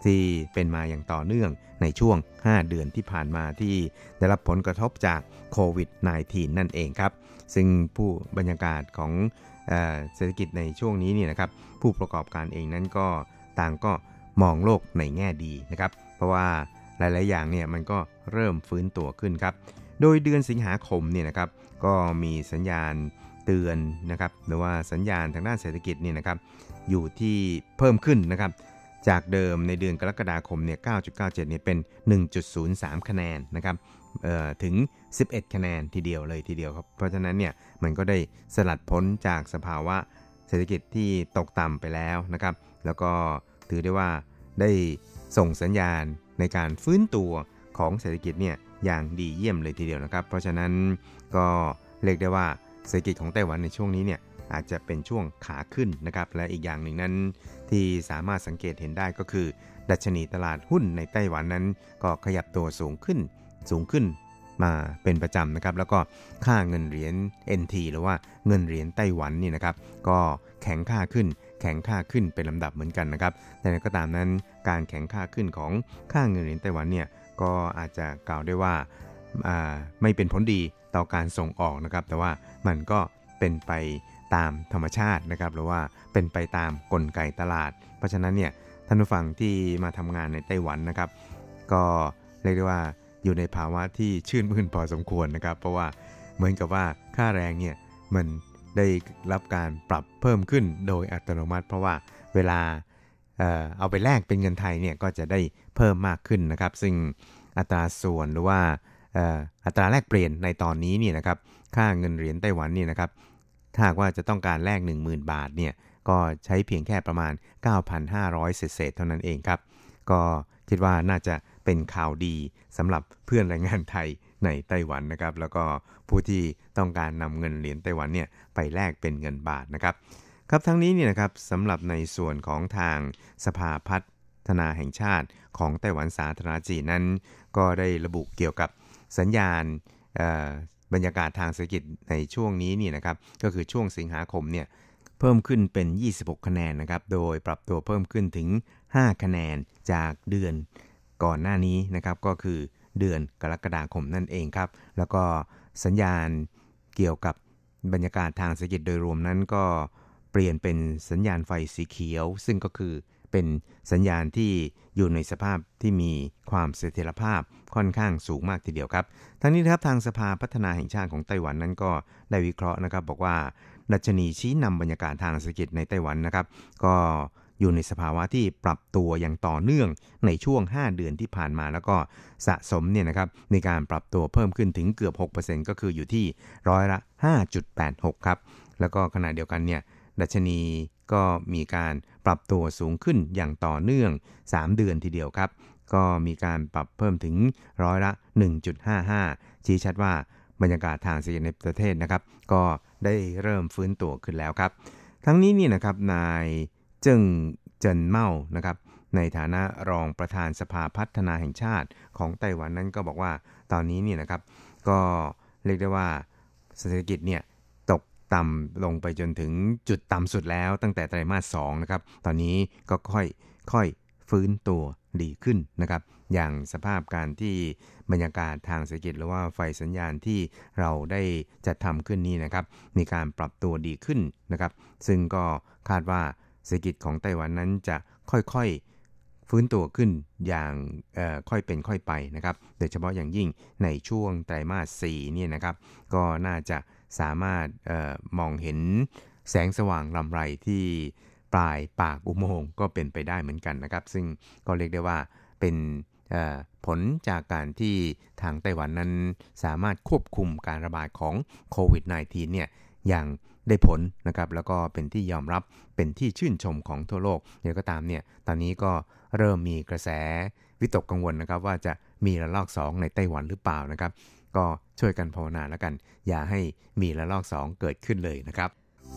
ที่เป็นมาอย่างต่อเนื่องในช่วงห้าเดือนที่ผ่านมาที่ได้รับผลกระทบจากโควิด สิบเก้า นั่นเองครับซึ่งผู้บรรยากาศของเอ่อเศรษฐกิจในช่วงนี้นี่นะครับผู้ประกอบการเองนั้นก็ต่างก็มองโลกในแง่ดีนะครับเพราะว่าหลายๆอย่างเนี่ยมันก็เริ่มฟื้นตัวขึ้นครับโดยเดือนสิงหาคมเนี่ยนะครับก็มีสัญญาณเตือนนะครับหรือว่าสัญญาณทางด้านเศรษฐกิจนี่นะครับอยู่ที่เพิ่มขึ้นนะครับจากเดิมในเดือนกรกฎาคมเนี่ย เก้าจุดเก้าเจ็ด เนี่ยเป็น หนึ่งจุดศูนย์สาม คะแนนนะครับเอ่อถึงสิบเอ็ดคะแนนทีเดียวเลยทีเดียวครับเพราะฉะนั้นเนี่ยมันก็ได้สลัดพ้นจากสภาวะเศรษฐกิจที่ตกต่ำไปแล้วนะครับแล้วก็ถือได้ว่าได้ส่งสัญญาณในการฟื้นตัวของเศรษฐกิจเนี่ยอย่างดีเยี่ยมเลยทีเดียวนะครับเพราะฉะนั้นก็เรียกได้ว่าเศรษฐกิจของไต้หวันในช่วงนี้เนี่ยอาจจะเป็นช่วงขาขึ้นนะครับและอีกอย่างหนึ่งนั้นที่สามารถสังเกตเห็นได้ก็คือดัชนีตลาดหุ้นในไต้หวันนั้นก็ขยับตัวสูงขึ้นสูงขึ้นมาเป็นประจำนะครับแล้วก็ค่าเงินเหรียญ เอ็น ที หรือว่าเงินเหรียญไต้หวันนี่นะครับก็แข็งค่าขึ้นแข็งค่าขึ้นเป็นลำดับเหมือนกันนะครับแต่ก็ตามนั้นการแข็งค่าขึ้นของค่าเงินเหรียญไต้หวันเนี่ยก็อาจจะกล่าวได้ว่าไม่เป็นผลดีต่อการส่งออกนะครับแต่ว่ามันก็เป็นไปตามธรรมชาตินะครับหรือว่าเป็นไปตามกลไกตลาดเพราะฉะนั้นเนี่ยท่านผู้ฟังที่มาทำงานในไต้หวันนะครับก็เรียกได้ว่าอยู่ในภาวะที่ชื่นมื่นพอสมควรนะครับเพราะว่าเหมือนกับว่าค่าแรงเนี่ยมันได้รับการปรับเพิ่มขึ้นโดยอัตโนมัติเพราะว่าเวลา เอ่อ เอาไปแลกเป็นเงินไทยเนี่ยก็จะได้เพิ่มมากขึ้นนะครับซึ่งอัตราส่วนหรือว่าอัตราแลกเปลี่ยนในตอนนี้เนี่ยนะครับค่าเงินเหรียญไต้หวันเนี่ยนะครับถ้าหากว่าจะต้องการแลก หนึ่งหมื่น บาทเนี่ยก็ใช้เพียงแค่ประมาณ เก้าพันห้าร้อย เศษๆเท่านั้นเองครับก็คิดว่าน่าจะเป็นข่าวดีสำหรับเพื่อนแรงงานไทยในไต้หวันนะครับแล้วก็ผู้ที่ต้องการนำเงินเหรียญไต้หวันเนี่ยไปแลกเป็นเงินบาทนะครับครับทั้งนี้เนี่ยนะครับสำหรับในส่วนของทางสภาพัฒนาแห่งชาติของไต้หวันสาธารณจีนนั้นก็ได้ระบุเกี่ยวกับสัญญาณบรรยากาศทางเศรษฐกิจในช่วงนี้นี่นะครับก็คือช่วงสิงหาคมเนี่ยเพิ่มขึ้นเป็นยี่สิบหกคะแนนนะครับโดยปรับตัวเพิ่มขึ้นถึงห้าคะแนนจากเดือนก่อนหน้านี้นะครับก็คือเดือนกรกฎาคมนั่นเองครับแล้วก็สัญญาณเกี่ยวกับบรรยากาศทางเศรษฐกิจโดยรวมนั้นก็เปลี่ยนเป็นสัญญาณไฟสีเขียวซึ่งก็คือเป็นสัญญาณที่อยู่ในสภาพที่มีความเสถียรภาพค่อนข้างสูงมากทีเดียวครับทั้งนี้นะครับทางสภาพัฒนาแห่งชาติของไต้หวันนั้นก็ได้วิเคราะห์นะครับบอกว่าดัชนีชี้นำบรรยากาศทางเศรษฐกิจในไต้หวันนะครับก็อยู่ในสภาวะที่ปรับตัวอย่างต่อเนื่องในช่วงห้าเดือนที่ผ่านมาแล้วก็สะสมเนี่ยนะครับในการปรับตัวเพิ่มขึ้นถึงเกือบ หกเปอร์เซ็นต์ ก็คืออยู่ที่ร้อยละ ห้าจุดแปดหก ครับแล้วก็ขณะเดียวกันเนี่ยดัชนีก็มีการปรับตัวสูงขึ้นอย่างต่อเนื่องสามเดือนทีเดียวครับก็มีการปรับเพิ่มถึงร้อยละ หนึ่งจุดห้าห้า ชี้ชัดว่าบรรยากาศทางเศรษฐกิจในประเทศนะครับก็ได้เริ่มฟื้นตัวขึ้นแล้วครับทั้งนี้นี่นะครับนายเจิ้งเจินเม่านะครับในฐานะรองประธานสภาพัฒนาแห่งชาติของไต้หวันนั้นก็บอกว่าตอนนี้นี่นะครับก็เรียกได้ว่าเศรษฐกิจเนี่ยตกต่ำลงไปจนถึงจุดต่ำสุดแล้วตั้งแต่ไตรมาสสองนะครับตอนนี้ก็ค่อยค่อยฟื้นตัวดีขึ้นนะครับอย่างสภาพการที่บรรยากาศทางเศรษฐกิจหรือว่าไฟสัญญาณที่เราได้จัดทำขึ้นนี้นะครับมีการปรับตัวดีขึ้นนะครับซึ่งก็คาดว่าเศรษฐกิจของไต้หวันนั้นจะค่อยๆฟื้นตัวขึ้นอย่างเอ่อค่อยเป็นค่อยไปนะครับโดยเฉพาะอย่างยิ่งในช่วงไตรมาสสี่เนี่ยนะครับก็น่าจะสามารถเอ่อมองเห็นแสงสว่างรำไรที่ปลายปากอุโมงค์ก็เป็นไปได้เหมือนกันนะครับซึ่งก็เรียกได้ว่าเป็นผลจากการที่ทางไต้หวันนั้นสามารถควบคุมการระบาดของโควิด สิบเก้า เนี่ยอย่างได้ผลนะครับแล้วก็เป็นที่ยอมรับเป็นที่ชื่นชมของทั่วโลกเดี๋ยวก็ตามเนี่ยตอนนี้ก็เริ่มมีกระแสวิตกกังวลนะครับว่าจะมีระลอกสองในไต้หวันหรือเปล่านะครับก็ช่วยกันภาวนาแล้วกันอย่าให้มีระลอกสองเกิดขึ้นเลยนะครับ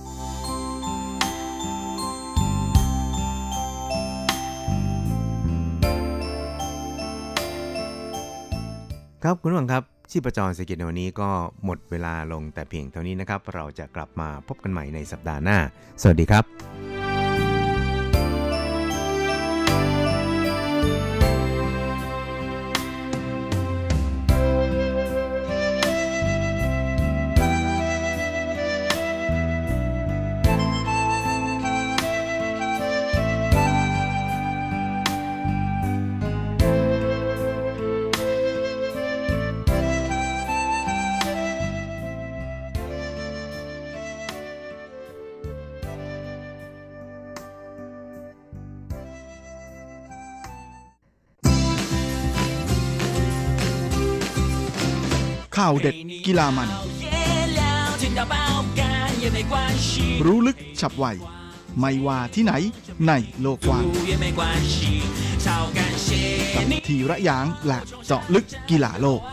ครับคุณผู้ฟังครับชีพจรเศรษฐกิจในวันนี้ก็หมดเวลาลงแต่เพียงเท่านี้นะครับเราจะกลับมาพบกันใหม่ในสัปดาห์หน้าสวัสดีครับข่าวเด็ดกีฬามันรู้ลึกฉับไวไม่ว่าที่ไหนในโลกกว้างกับทีระยางและเจาะลึกกีฬาโลก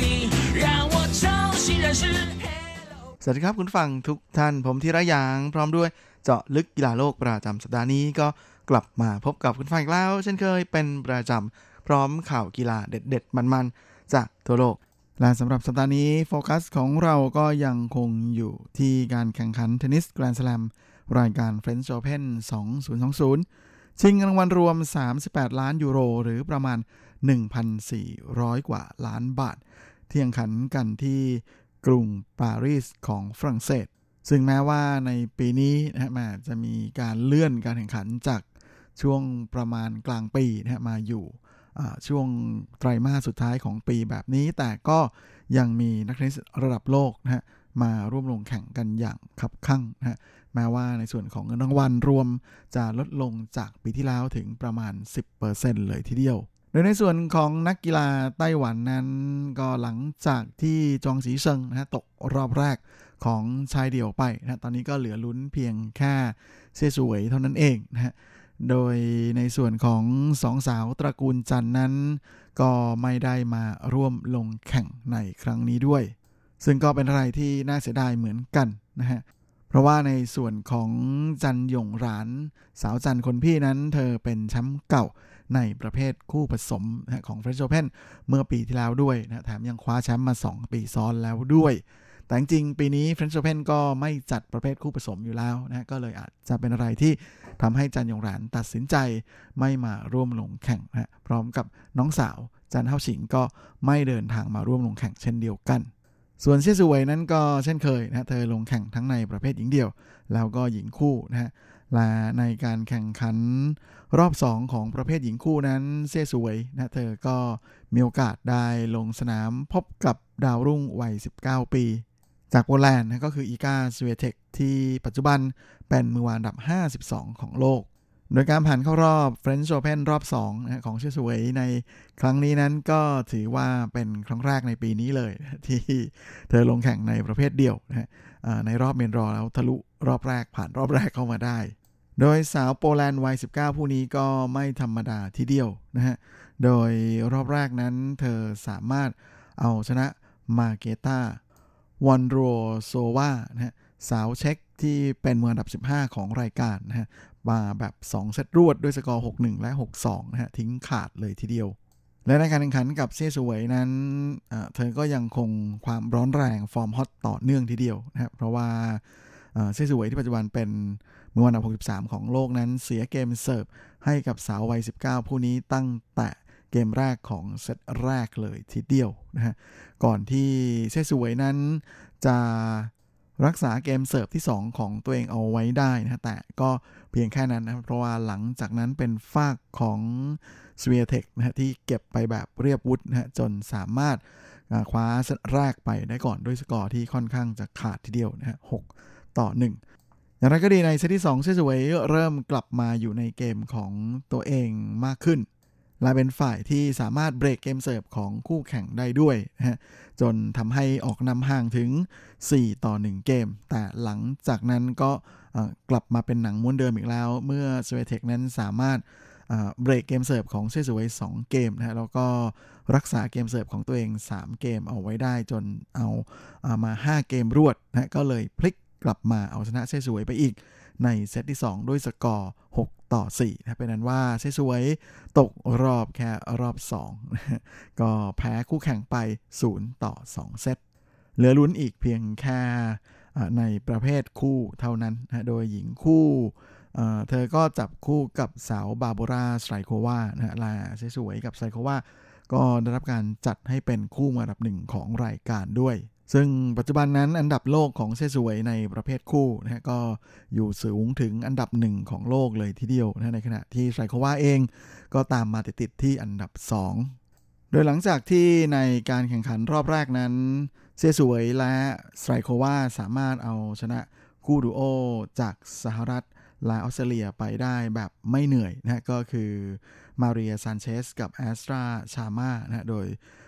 สวัสดีครับคุณฟังทุกท่านผมทีระยางพร้อมด้วยเจาะลึกกีฬาโลกประจำสัปดาห์นี้ก็กลับมาพบกับคุณฟังอีกแล้วเช่นเคยเป็นประจำพร้อมข่าวกีฬาเด็ดๆมันๆจากทั่วโลกและสำหรับสัปดาห์นี้โฟกัสของเราก็ยังคงอยู่ที่การแข่งขันเทนนิสแกรนด์สแลมรายการ French Open สองพันยี่สิบชิงรางวัลรวมสามสิบแปดล้านยูโรหรือประมาณ หนึ่งพันสี่ร้อย กว่าล้านบาทที่แข่งขันกันที่กรุงปารีสของฝรั่งเศสซึ่งแม้ว่าในปีนี้นะฮะมาจะมีการเลื่อนการแข่งขันจากช่วงประมาณกลางปีนะฮะมาอยู่ช่วงไตรมาสสุดท้ายของปีแบบนี้แต่ก็ยังมีนักเทนนิสระดับโลกนะฮะมาร่วมลงแข่งกันอย่างคับคั่งนะฮะแม้ว่าในส่วนของเงินรางวัลรวมจะลดลงจากปีที่แล้วถึงประมาณ สิบเปอร์เซ็นต์ เลยทีเดียวโดยในส่วนของนักกีฬาไต้หวันนั้นก็หลังจากที่จองสีเซิงนะฮะตกรอบแรกของชายเดี่ยวไปนะตอนนี้ก็เหลือลุ้นเพียงแค่เซี่ยสวยเท่านั้นเองนะฮะโดยในส่วนของสองสาวตระกูลจันนั้นก็ไม่ได้มาร่วมลงแข่งในครั้งนี้ด้วยซึ่งก็เป็นอะไรที่น่าเสียดายเหมือนกันนะฮะเพราะว่าในส่วนของจันหยงหรานสาวจันคนพี่นั้นเธอเป็นแชมป์เก่าในประเภทคู่ผสมนะของ French Open เมื่อปีที่แล้วด้วยนะแถมยังคว้าแชมป์มาสองปีซ้อนแล้วด้วยแต่จริงๆปีนี้ French Open ก็ไม่จัดประเภทคู่ผสมอยู่แล้วนะก็เลยอาจจะเป็นอะไรที่ทำให้จันหยงหรานตัดสินใจไม่มาร่วมลงแข่งนะพร้อมกับน้องสาวจันเฮาฉิงก็ไม่เดินทางมาร่วมลงแข่งเช่นเดียวกันส่วนเซี่ยสวยนั้นก็เช่นเคยนะเธอลงแข่งทั้งในประเภทหญิงเดี่ยวแล้วก็หญิงคู่นะฮะและในการแข่งขันรอบสองของประเภทหญิงคู่นั้นเซี่ยสวยนะเธอก็มีโอกาสได้ลงสนามพบกับดาวรุ่งวัยสิบเก้าปีจากโปแลนด์นะก็คืออีกาสเวเทคที่ปัจจุบันเป็นมือวางอันดับห้าสิบสองของโลกโดยการผ่านเข้ารอบ French Open รอบสองนะของเซี่ยสวยในครั้งนี้นั้นก็ถือว่าเป็นครั้งแรกในปีนี้เลยที่เธอลงแข่งในประเภทเดี่ยวนะในรอบเมนรอแล้วทะลุรอบแรกผ่านรอบแรกเข้ามาได้โดยสาวโปแลนด์วัยสิบเก้าผู้นี้ก็ไม่ธรรมดาทีเดียวนะฮะโดยรอบแรกนั้นเธอสามารถเอาชนะมาเกตาวอนโรโซวานะฮะสาวเช็กที่เป็นมืออันดับสิบห้าของรายการนะฮะมาแบบสองเซตรวดด้วยสกอร์ หกหนึ่ง และ หกสอง นะฮะทิ้งขาดเลยทีเดียวและในการแข่งขันกับเซี่ยสวยนั้นเอ่อเธอก็ยังคงความร้อนแรงฟอร์มฮอตต่อเนื่องทีเดียวนะครับเพราะว่าเอ่อเซี่ยสวยที่ปัจจุบันเป็นมืออันดับหกสิบสามของโลกนั้นเสียเกมเสิร์ฟให้กับสาววัยสิบเก้าผู้นี้ตั้งแต่เกมแรกของเซตแรกเลยทีเดียวนะฮะก่อนที่เซี่ยสวยนั้นจะรักษาเกมเสิร์ฟที่สองของตัวเองเอาไว้ได้นะแต่ก็เพียงแค่นั้นนะเพราะว่าหลังจากนั้นเป็นฝากของสเวียเทคนะฮะที่เก็บไปแบบเรียบวุฒินะฮะจนสามารถคว้าเซตแรกไปได้ก่อนด้วยสกอร์ที่ค่อนข้างจะขาดทีเดียวนะฮะหกต่อหนึ่งอย่างไรก็ดีในเซตที่สองเซี่ยสวยเริ่มกลับมาอยู่ในเกมของตัวเองมากขึ้นและเป็นฝ่ายที่สามารถเบรกเกมเสิร์ฟของคู่แข่งได้ด้วยนะฮะจนทำให้ออกนำห่างถึงสี่ต่อหนึ่งเกมแต่หลังจากนั้นก็กลับมาเป็นหนังม้วนเดิมอีกแล้วเมื่อสเวเทคนั้นสามารถเบรกเกมเสิร์ฟของเซี่ยสวยสองเกมนะฮะแล้วก็รักษาเกมเสิร์ฟของตัวเองสามเกมเอาไว้ได้จนเอาเอามาห้าเกมรวดนะก็เลยพลิกกลับมาเอาชนะเซี่ยสวยไปอีกในเซตที่สองด้วยสกอร์หกต่อสี่นะเป็นนั้นว่าเซี่ยสวยตกรอบแค่รอบสองก็แพ้คู่แข่งไปศูนย์ต่อสองเซตเหลือลุ้นอีกเพียงแค่ในประเภทคู่เท่านั้นนะโดยหญิงคู่เธอก็จับคู่กับสาวบาโบราสไตรโควานะฮะลาเซี่ยสวยกับไตรโควาก็ได้รับการจัดให้เป็นคู่มืออันดับหนึ่งของรายการด้วยซึ่งปัจจุบันนั้นอันดับโลกของเซี่ยสวยในประเภทคู่นะฮะก็อยู่สูงถึงอันดับหนึ่งของโลกเลยทีเดียวนะในขณะที่ไตรโควาเองก็ตามมาติดๆที่อันดับสองโดยหลังจากที่ในการแข่งขันรอบแรกนั้นเซี่ยสวยและไตรโควาสามารถเอาชนะคู่ดูโอจากสหรัฐและออสเตรเลียไปได้แบบไม่เหนื่อยนะก็คือมาเรียซานเชสกับแอสตราชามานะโดย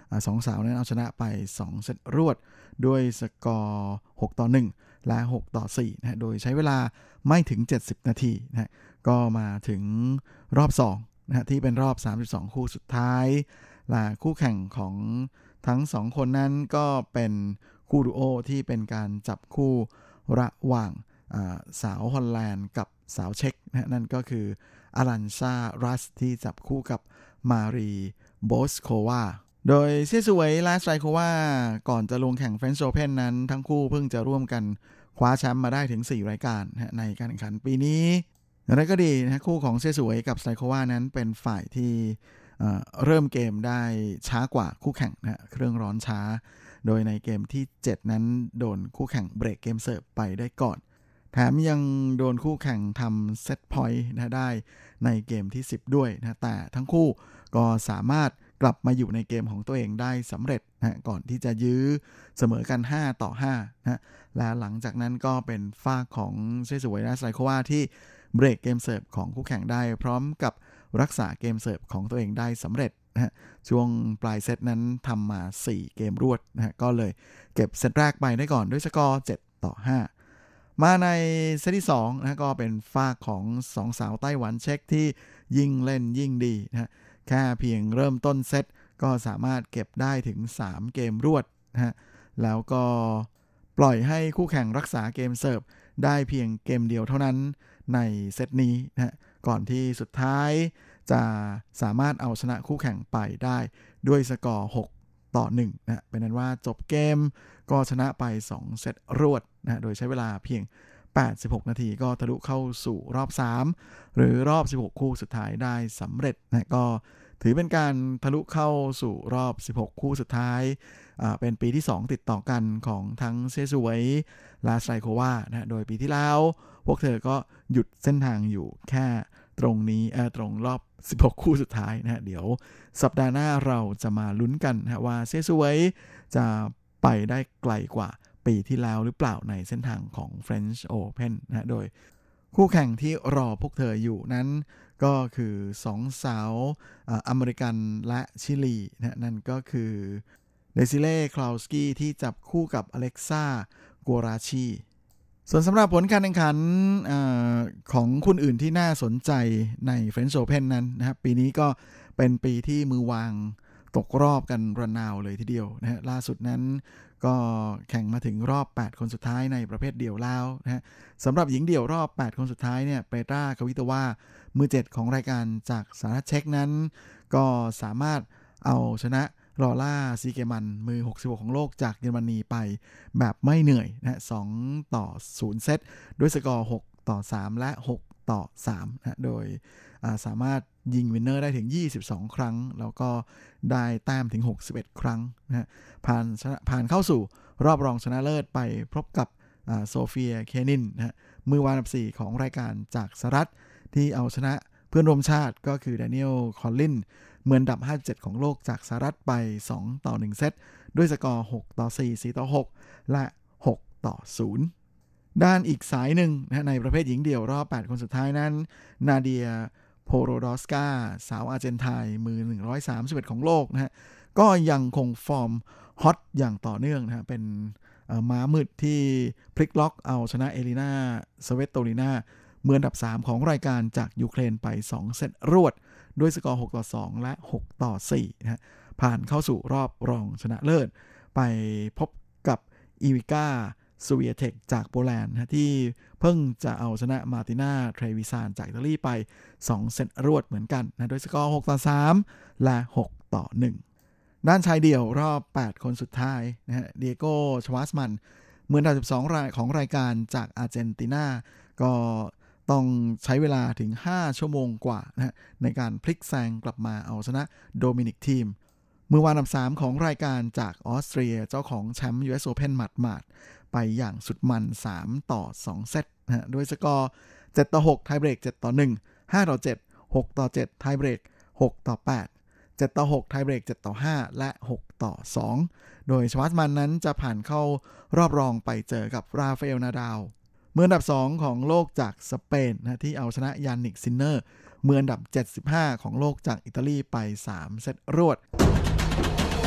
สองสาวนั้นเอาชนะไปสองเซตรวดด้วยสกอร์หกต่อหนึ่งและหกต่อสี่นะฮะโดยใช้เวลาไม่ถึงเจ็ดสิบนาทีนะฮะก็มาถึงรอบสองนะฮะที่เป็นรอบสามสิบสองคู่สุดท้ายและคู่แข่งของทั้งสองคนนั้นก็เป็นคู่ดูโอที่เป็นการจับคู่ระหว่างสาวฮอลแลนด์กับสาวเช็กนะนั่นก็คืออารันซารัสที่จับคู่กับมารีโบสโควาโดยเซี่ยสวยและสไตรโควาก่อนจะลงแข่งเฟรนช์โอเพ่นนั้นทั้งคู่เพิ่งจะร่วมกันคว้าแชมป์มาได้ถึงสี่รายการในการแข่งขันปีนี้อย่างไรก็ดีนะคู่ของเซี่ยสวยกับสไตรโควานั้นเป็นฝ่ายที่เริ่มเกมได้ช้ากว่าคู่แข่งนะเครื่องร้อนช้าโดยในเกมที่เจ็ดนั้นโดนคู่แข่งเบรกเกมเสิร์ฟไปได้ก่อนแถมยังโดนคู่แข่งทำเซตพอยต์นะได้ในเกมที่สิบด้วยนะแต่ทั้งคู่ก็สามารถกลับมาอยู่ในเกมของตัวเองได้สำเร็จนะก่อนที่จะยื้อเสมอกันห้าต่อห้านะและหลังจากนั้นก็เป็นฝ้าของเซซุเอะและไซโควาที่เบรกเกมเสิร์ฟของคู่แข่งได้พร้อมกับรักษาเกมเสิร์ฟของตัวเองได้สำเร็จนะช่วงปลายเซตนั้นทำมาสี่เกมรวดนะก็เลยเก็บเซตแรกไปได้ก่อนด้วยสกอร์เจ็ดต่อห้ามาในเซตที่สองนะก็เป็นฝ้าของสองสาวไต้หวันเช็กที่ยิ่งเล่นยิ่งดีนะแค่เพียงเริ่มต้นเซตก็สามารถเก็บได้ถึงสามเกมรวดนะฮะแล้วก็ปล่อยให้คู่แข่งรักษาเกมเสิร์ฟได้เพียงเกมเดียวเท่านั้นในเซตนี้นะฮะก่อนที่สุดท้ายจะสามารถเอาชนะคู่แข่งไปได้ด้วยสกอร์หกต่อหนึ่งนะเป็นนั้นว่าจบเกมก็ชนะไปสองเซตรวดนะโดยใช้เวลาเพียงแปดสิบหกนาทีก็ทะลุเข้าสู่รอบสามหรือรอบสิบหกคู่สุดท้ายได้สำเร็จนะก็ถือเป็นการทะลุเข้าสู่รอบสิบหกคู่สุดท้ายอ่าเป็นปีที่สองติดต่อกันของทั้งเซซุยและไซโควานะโดยปีที่แล้วพวกเธอก็หยุดเส้นทางอยู่แค่ตรงนี้เอ่อตรงรอบสิบหกคู่สุดท้ายนะเดี๋ยวสัปดาห์หน้าเราจะมาลุ้นกันนะว่าเซซุยจะไปได้ไกลกว่าปีที่แล้วหรือเปล่าในเส้นทางของ French Open นะโดยคู่แข่งที่รอพวกเธออยู่นั้นก็คือสองสาวอเมริกันและชิลีนะนั่นก็คือเดซิเล่คลาวสกี้ที่จับคู่กับอเล็กซ่ากัวราชีส่วนสำหรับผลการแข่งขันอของคนอื่นที่น่าสนใจใน French Open นั้นนะครับปีนี้ก็เป็นปีที่มือวางตกรอบกันระนาวเลยทีเดียวนะฮะล่าสุดนั้นก็แข่งมาถึงรอบแปดคนสุดท้ายในประเภทเดี่ยวแล้วนะฮะสำหรับหญิงเดี่ยวรอบแปดคนสุดท้ายเนี่ยเปตราคาวิโตวามือเจ็ดของรายการจากสหรัฐเช็กนั้นก็สามารถเอาชนะลอร่าซีเกมันมือหกสิบหกของโลกจากเยอรมนีไปแบบไม่เหนื่อยนะสองต่อศูนย์เซตด้วยสกอร์หกต่อสามและหกต่อสามนะโดยสามารถยิงวินเนอร์ได้ถึงยี่สิบสองครั้งแล้วก็ได้แต้มถึงหกสิบเอ็ดครั้งนะผ่านผ่านเข้าสู่รอบรองชนะเลิศไปพบกับโซเฟียเคนินนะมือวางอันดับสี่ของรายการจากสหรัฐที่เอาชนะเพื่อนร่วมชาติก็คือแดเนียลคอลลินมืออันดับห้าสิบเจ็ดของโลกจากสหรัฐไปสองต่อหนึ่งเซตด้วยสกอร์หกต่อสี่ สี่ต่อหกและหกต่อศูนย์ด้านอีกสายหนึ่งนะในประเภทหญิงเดี่ยวรอบแปดคนสุดท้ายนั้นนาเดียโพโรดอสกาสาวอาร์เจนไทน์มือหนึ่งร้อยสามสิบเอ็ดของโลกนะฮะก็ยังคงฟอร์มฮอตอย่างต่อเนื่องนะฮะเป็นม้ามืดที่พลิกล็อกเอาชนะเอลินาสเวตโตลินามืออันดับสามของรายการจากยูเครนไปสองเซตรวดด้วยสกอร์หกต่อสองและหกต่อสี่นะฮะผ่านเข้าสู่รอบรองชนะเลิศไปพบกับอีวิก้าสวีเทคจากโปแลนด์นะที่เพิ่งจะเอาชนะมาร์ตินาเทรวิซานจากอิตาลีไปสองเซตรวดเหมือนกันนะโดยสกอร์หกต่อสามและหกต่อหนึ่งด้านชายเดี่ยวรอบแปดคนสุดท้ายนะฮะเดียโกชวาสมันมืออันดับสิบสองรายของรายการจากอาร์เจนตินาก็ต้องใช้เวลาถึงห้าชั่วโมงกว่านะฮะในการพลิกแซงกลับมาเอาชนะโดมินิกทีมมือวางอันดับสามของรายการจากออสเตรียเจ้าของแชมป์ ยู เอส Open หมาดๆไปอย่างสุดมันสามต่อสองเซตนะฮะด้วยสกอร์เจ็ดต่อหกไทเบรกเจ็ดต่อหนึ่ง ห้าต่อเจ็ด หกต่อเจ็ดไทเบรกหกต่อแปด เจ็ดต่อหกไทเบรกเจ็ดต่อห้าและหกต่อสองโดยชวาร์ตมันนั้นจะผ่านเข้ารอบรองไปเจอกับราฟาเอลนาดาลมืออันดับสองของโลกจากสเปนนะที่เอาชนะยานิกซินเนอร์มืออันดับเจ็ดสิบห้าของโลกจากอิตาลีไปสามเซตรวด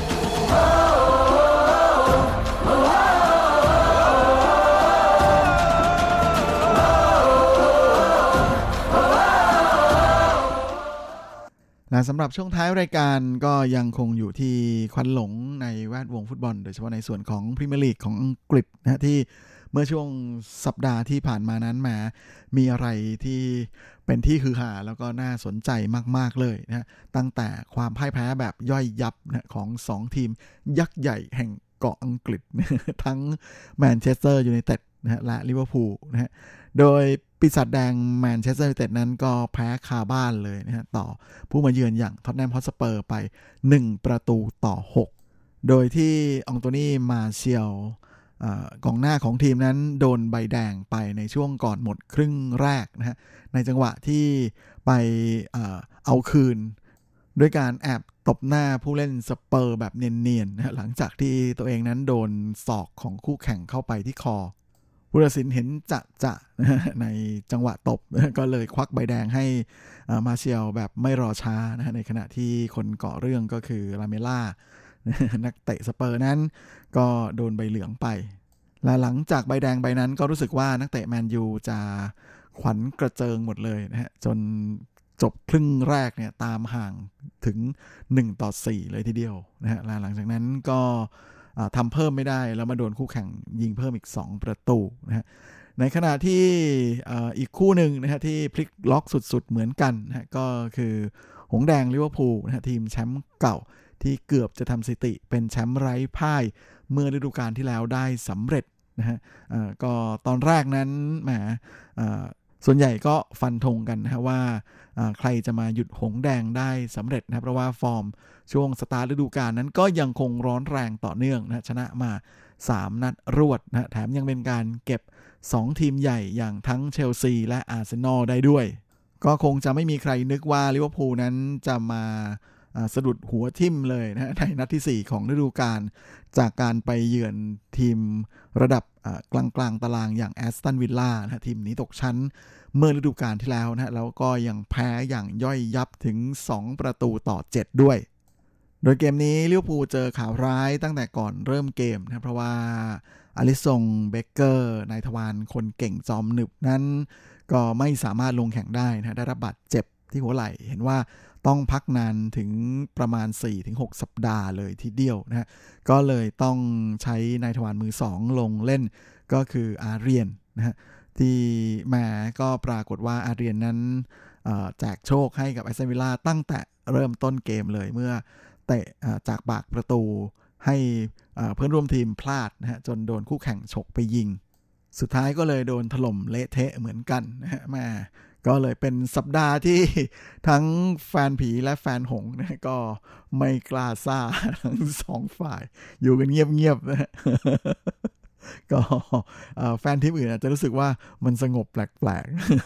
และสำหรับช่วงท้ายรายการก็ยังคงอยู่ที่ควันหลงในแวดวงฟุตบอลโดยเฉพาะในส่วนของพรีเมียร์ลีกของอังกฤษนะที่เมื่อช่วงสัปดาห์ที่ผ่านมานั้นมามีอะไรที่เป็นที่ฮือฮาแล้วก็น่าสนใจมากๆเลยนะตั้งแต่ความพ่ายแพ้แบบย่อยยับนะของสองทีมยักษ์ใหญ่แห่งเกาะอังกฤษทั้งแมนเชสเตอร์ยูไนเต็ดนะฮะและลิเวอร์พูลนะฮะโดยปีศาจแดงแมนเชสเตอร์ยูไนเต็ดนั้นก็แพ้คาบ้านเลยนะฮะต่อผู้มาเยือนอย่างท็อตแนมฮอตสเปอร์ไปหนึ่งประตูต่อหกโดยที่องโตนี่มาเชียลกองหน้าของทีมนั้นโดนใบแดงไปในช่วงก่อนหมดครึ่งแรกนะฮะในจังหวะที่ไปเอาคืนด้วยการแอบตบหน้าผู้เล่นสเปอร์แบบเนียนๆนะหลังจากที่ตัวเองนั้นโดนศอกของคู่แข่งเข้าไปที่คอผู้ตัดสินเห็นจะจะในจังหวะตบก็เลยควักใบแดงให้มาเชียลแบบไม่รอช้านะในขณะที่คนเกาะเรื่องก็คือลาเมล่านักเตะสเปอร์นั้นก็โดนใบเหลืองไปและหลังจากใบแดงใบนั้นก็รู้สึกว่านักเตะแมนยูจะขวัญกระเจิงหมดเลยนะฮะจนจบครึ่งแรกเนี่ยตามห่างถึงหนึ่งต่อสี่เลยทีเดียวนะฮะหลังจากนั้นก็ทำเพิ่มไม่ได้แล้วมาโดนคู่แข่งยิงเพิ่มอีกสองประตูนะฮะในขณะที่อีกคู่หนึ่งนะฮะที่พลิกล็อกสุดๆเหมือนกันนะฮะก็คือหงส์แดงลิเวอร์พูลนะฮะทีมแชมป์เก่าที่เกือบจะทำสถิติเป็นแชมป์ไร้พ่ายเมื่อฤดูกาลที่แล้วได้สำเร็จนะฮะก็ตอนแรกนั้นแหมส่วนใหญ่ก็ฟันธงกันนะฮะว่าใครจะมาหยุดหงส์แดงได้สำเร็จนะเพราะว่าฟอร์มช่วงสตาร์ทฤดูกาลนั้นก็ยังคงร้อนแรงต่อเนื่องนะชนะมาสามนัดรวดนะแถมยังเป็นการเก็บสองทีมใหญ่อย่างทั้งเชลซีและอาร์เซนอลได้ด้วยก็คงจะไม่มีใครนึกว่าลิเวอร์พูลนั้นจะมาสะดุดหัวทิ่มเลยนะในนัดที่สี่ของฤดูกาลจากการไปเยือนทีมระดับกลางๆตารางอย่างแอสตันวิลล่านะทีมนี้ตกชั้นเมื่อฤดูกาลที่แล้วนะแล้วก็ยังแพ้อย่างย่อยยับถึงสองประตูต่อเจ็ดด้วยโดยเกมนี้ลิเวอร์พูลเจอข่าวร้ายตั้งแต่ก่อนเริ่มเกมนะเพราะว่าอลิซงเบเกอร์นายทวารคนเก่งจอมหนึบนั้นก็ไม่สามารถลงแข่งได้นะได้รับบาดเจ็บที่หัวไหล่เห็นว่าต้องพักนานถึงประมาณ สี่ถึงหก สัปดาห์เลยทีเดียวนะฮะก็เลยต้องใช้นายทวารมือสองลงเล่นก็คืออาเรียนนะฮะที่แม่ก็ปรากฏว่าอาเรียนนั้นแจกโชคให้กับแอสตันวิลล่าตั้งแต่เริ่มต้นเกมเลยเมื่อเตะจากปากประตูให้เพื่อนร่วมทีมพลาดนะฮะจนโดนคู่แข่งฉกไปยิงสุดท้ายก็เลยโดนถล่มเละเทะเหมือนกันนะฮะแม่ก็เลยเป็นสัปดาห์ที่ทั้งแฟนผีและแฟนหงส์นะก็ไม่กล้าซ่าทั้งสองฝ่ายอยู่กันเงียบๆนะก็แฟนทีมอื่นอาจจะรู้สึกว่ามันสงบแปลก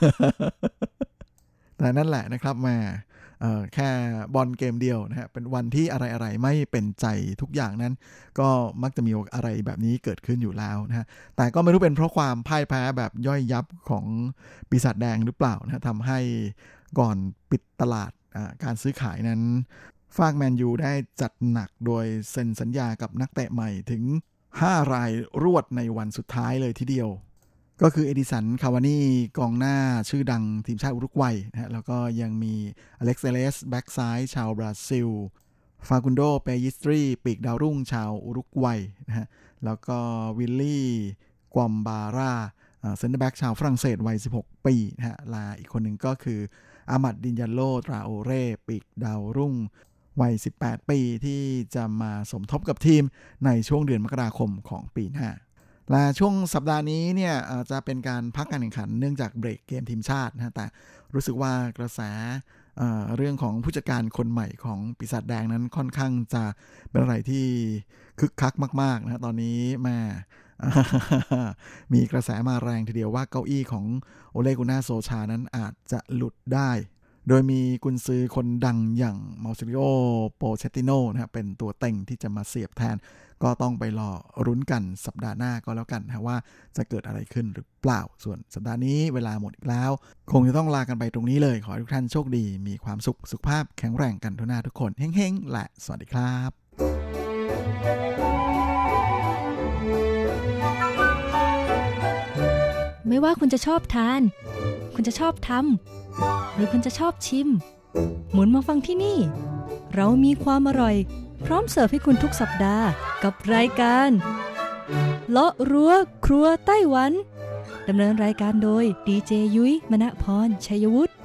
ๆแต่นั่นแหละนะครับแม่แค่บอลเกมเดียวนะฮะเป็นวันที่อะไรๆไม่เป็นใจทุกอย่างนั้นก็มักจะมีอะไรแบบนี้เกิดขึ้นอยู่แล้วนะฮะแต่ก็ไม่รู้เป็นเพราะความพ่ายแพ้แบบย่อยยับของปีศาจแดงหรือเปล่านะทำให้ก่อนปิดตลาดการซื้อขายนั้นฝากแมนยูได้จัดหนักโดยเซ็นสัญญากับนักเตะใหม่ถึงห้ารายรวดในวันสุดท้ายเลยทีเดียวก็คือเอดิสันคาวานี่กองหน้าชื่อดังทีมชาติอุรุกวัยนะฮะแล้วก็ยังมีอเล็กซ์เซเลสแบ็กซ้ายชาวบราซิลฟากุนโดเปยิสตรีปีกดาวรุ่งชาวอุรุกวัยนะฮะแล้วก็วิลลี่กวอมบาร่าเซนเตอร์แบ็กชาวฝรั่งเศสวัยสิบหกปีนะฮะลาอีกคนหนึ่งก็คืออามัดดินยันโลตราโอเร่ปีกดาวรุ่งวัยสิบแปดปีที่จะมาสมทบกับทีมในช่วงเดือนมกราคมของปีหน้าและช่วงสัปดาห์นี้เนี่ยจะเป็นการพักการแข่งขันเนื่องจากเบรกเกมทีมชาตินะแต่รู้สึกว่ากระแส เอ่อ เรื่องของผู้จัดการคนใหม่ของปีศาจแดงนั้นค่อนข้างจะเป็นอะไรที่คึกคักมากๆนะตอนนี้แม่มีกระแสมาแรงทีเดียวว่าเก้าอี้ของโอเลกุน่าโซชานั้นอาจจะหลุดได้โดยมีกุนซือคนดังอย่างมาซิโอโปเชตติโนนะเป็นตัวเต็งที่จะมาเสียบแทนก็ต้องไปรอรุ้นกันสัปดาห์หน้าก็แล้วกันนะว่าจะเกิดอะไรขึ้นหรือเปล่าส่วนสัปดาห์นี้เวลาหมดอีกแล้วคงจะต้องลากันไปตรงนี้เลยขอให้ทุกท่านโชคดีมีความสุขสุขภาพแข็งแรงกันทุกหน้าทุกคนเฮ้งๆและสวัสดีครับไม่ว่าคุณจะชอบทานคุณจะชอบทำหรือคุณจะชอบชิมหมุนมาฟังที่นี่เรามีความอร่อยพร้อมเสิร์ฟให้คุณทุกสัปดาห์กับรายการเลาะรั้วครัวไต้หวันดำเนินรายการโดยดีเจยุ้ยมณพรชัยวุฒิ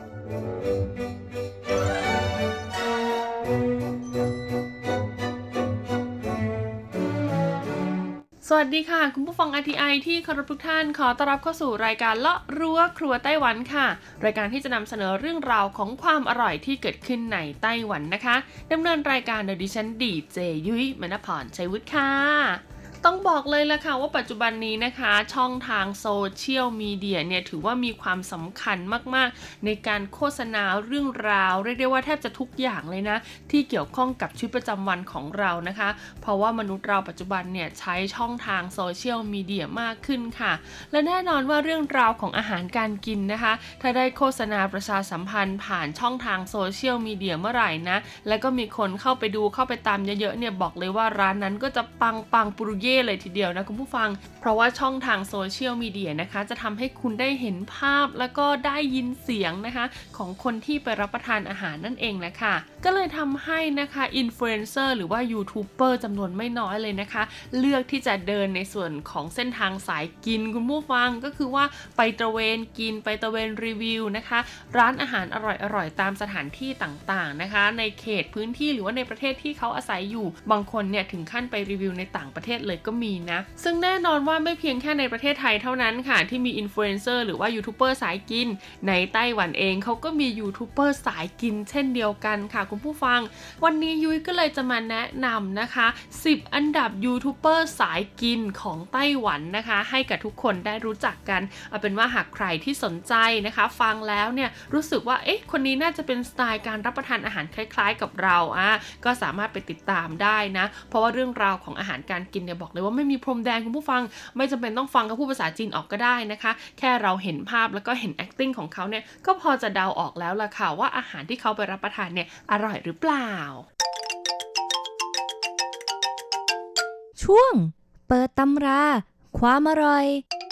สวัสดีค่ะคุณผู้ฟัง อาร์ ที ไอ ที่เคารพทุกท่านขอต้อนรับเข้าสู่รายการเลาะรั้วครัวไต้หวันค่ะรายการที่จะนำเสนอเรื่องราวของความอร่อยที่เกิดขึ้นในไต้หวันนะคะดำเนินรายการโดยดิฉันดีเจยุ้ยมณพรชัยวุฒิค่ะต้องบอกเลยละค่ะว่าปัจจุบันนี้นะคะช่องทางโซเชียลมีเดียเนี่ยถือว่ามีความสำคัญมากๆในการโฆษณาเรื่องราวเรียกได้ว่าแทบจะทุกอย่างเลยนะที่เกี่ยวข้องกับชีวิตประจำวันของเรานะคะเพราะว่ามนุษย์เราปัจจุบันเนี่ยใช้ช่องทางโซเชียลมีเดียมากขึ้นค่ะและแน่นอนว่าเรื่องราวของอาหารการกินนะคะถ้าได้โฆษณาประชาสัมพันธ์ผ่านช่องทางโซเชียลมีเดียเมื่อไหร่นะแล้วก็มีคนเข้าไปดูเข้าไปตามเยอะๆเนี่ยบอกเลยว่าร้านนั้นก็จะปังปังปุรุเย่เลยทีเดียวนะคุณผู้ฟังเพราะว่าช่องทางโซเชียลมีเดียนะคะจะทำให้คุณได้เห็นภาพแล้วก็ได้ยินเสียงนะคะของคนที่ไปรับประทานอาหารนั่นเองแหละค่ะก็เลยทำให้นะคะอินฟลูเอนเซอร์หรือว่ายูทูบเบอร์จำนวนไม่น้อยเลยนะคะเลือกที่จะเดินในส่วนของเส้นทางสายกินคุณผู้ฟังก็คือว่าไปตระเวนกินไปตระเวนรีวิวนะคะร้านอาหารอร่อยๆตามสถานที่ต่างๆนะคะในเขตพื้นที่หรือว่าในประเทศที่เขาอาศัยอยู่บางคนเนี่ยถึงขั้นไปรีวิวในต่างประเทศเลยก็มีนะซึ่งแน่นอนว่าไม่เพียงแค่ในประเทศไทยเท่านั้นค่ะที่มีอินฟลูเอนเซอร์หรือว่ายูทูบเบอร์สายกินในไต้หวันเองเขาก็มียูทูบเบอร์สายกินเช่นเดียวกันค่ะคุณผู้ฟังวันนี้ยุ้ยก็เลยจะมาแนะนำนะคะสิบอันดับยูทูบเบอร์สายกินของไต้หวันนะคะให้กับทุกคนได้รู้จักกันเอาเป็นว่าหากใครที่สนใจนะคะฟังแล้วเนี่ยรู้สึกว่าเอ๊ะคนนี้น่าจะเป็นสไตล์การรับประทานอาหารคล้ายๆกับเราอ่ะก็สามารถไปติดตามได้นะเพราะว่าเรื่องราวของอาหารการกินเนี่ยบอกเลยว่าไม่มีพรมแดนคุณผู้ฟังไม่จำเป็นต้องฟังเขาพูดภาษาจีนออกก็ได้นะคะแค่เราเห็นภาพแล้วก็เห็น acting ของเขาเนี่ยก็พอจะเดาออกแล้วล่ะค่ะว่าอาหารที่เขาไปรับประทานเนี่ยอร่อยหรือเปล่าช่วงเปิดตำราความอร่อย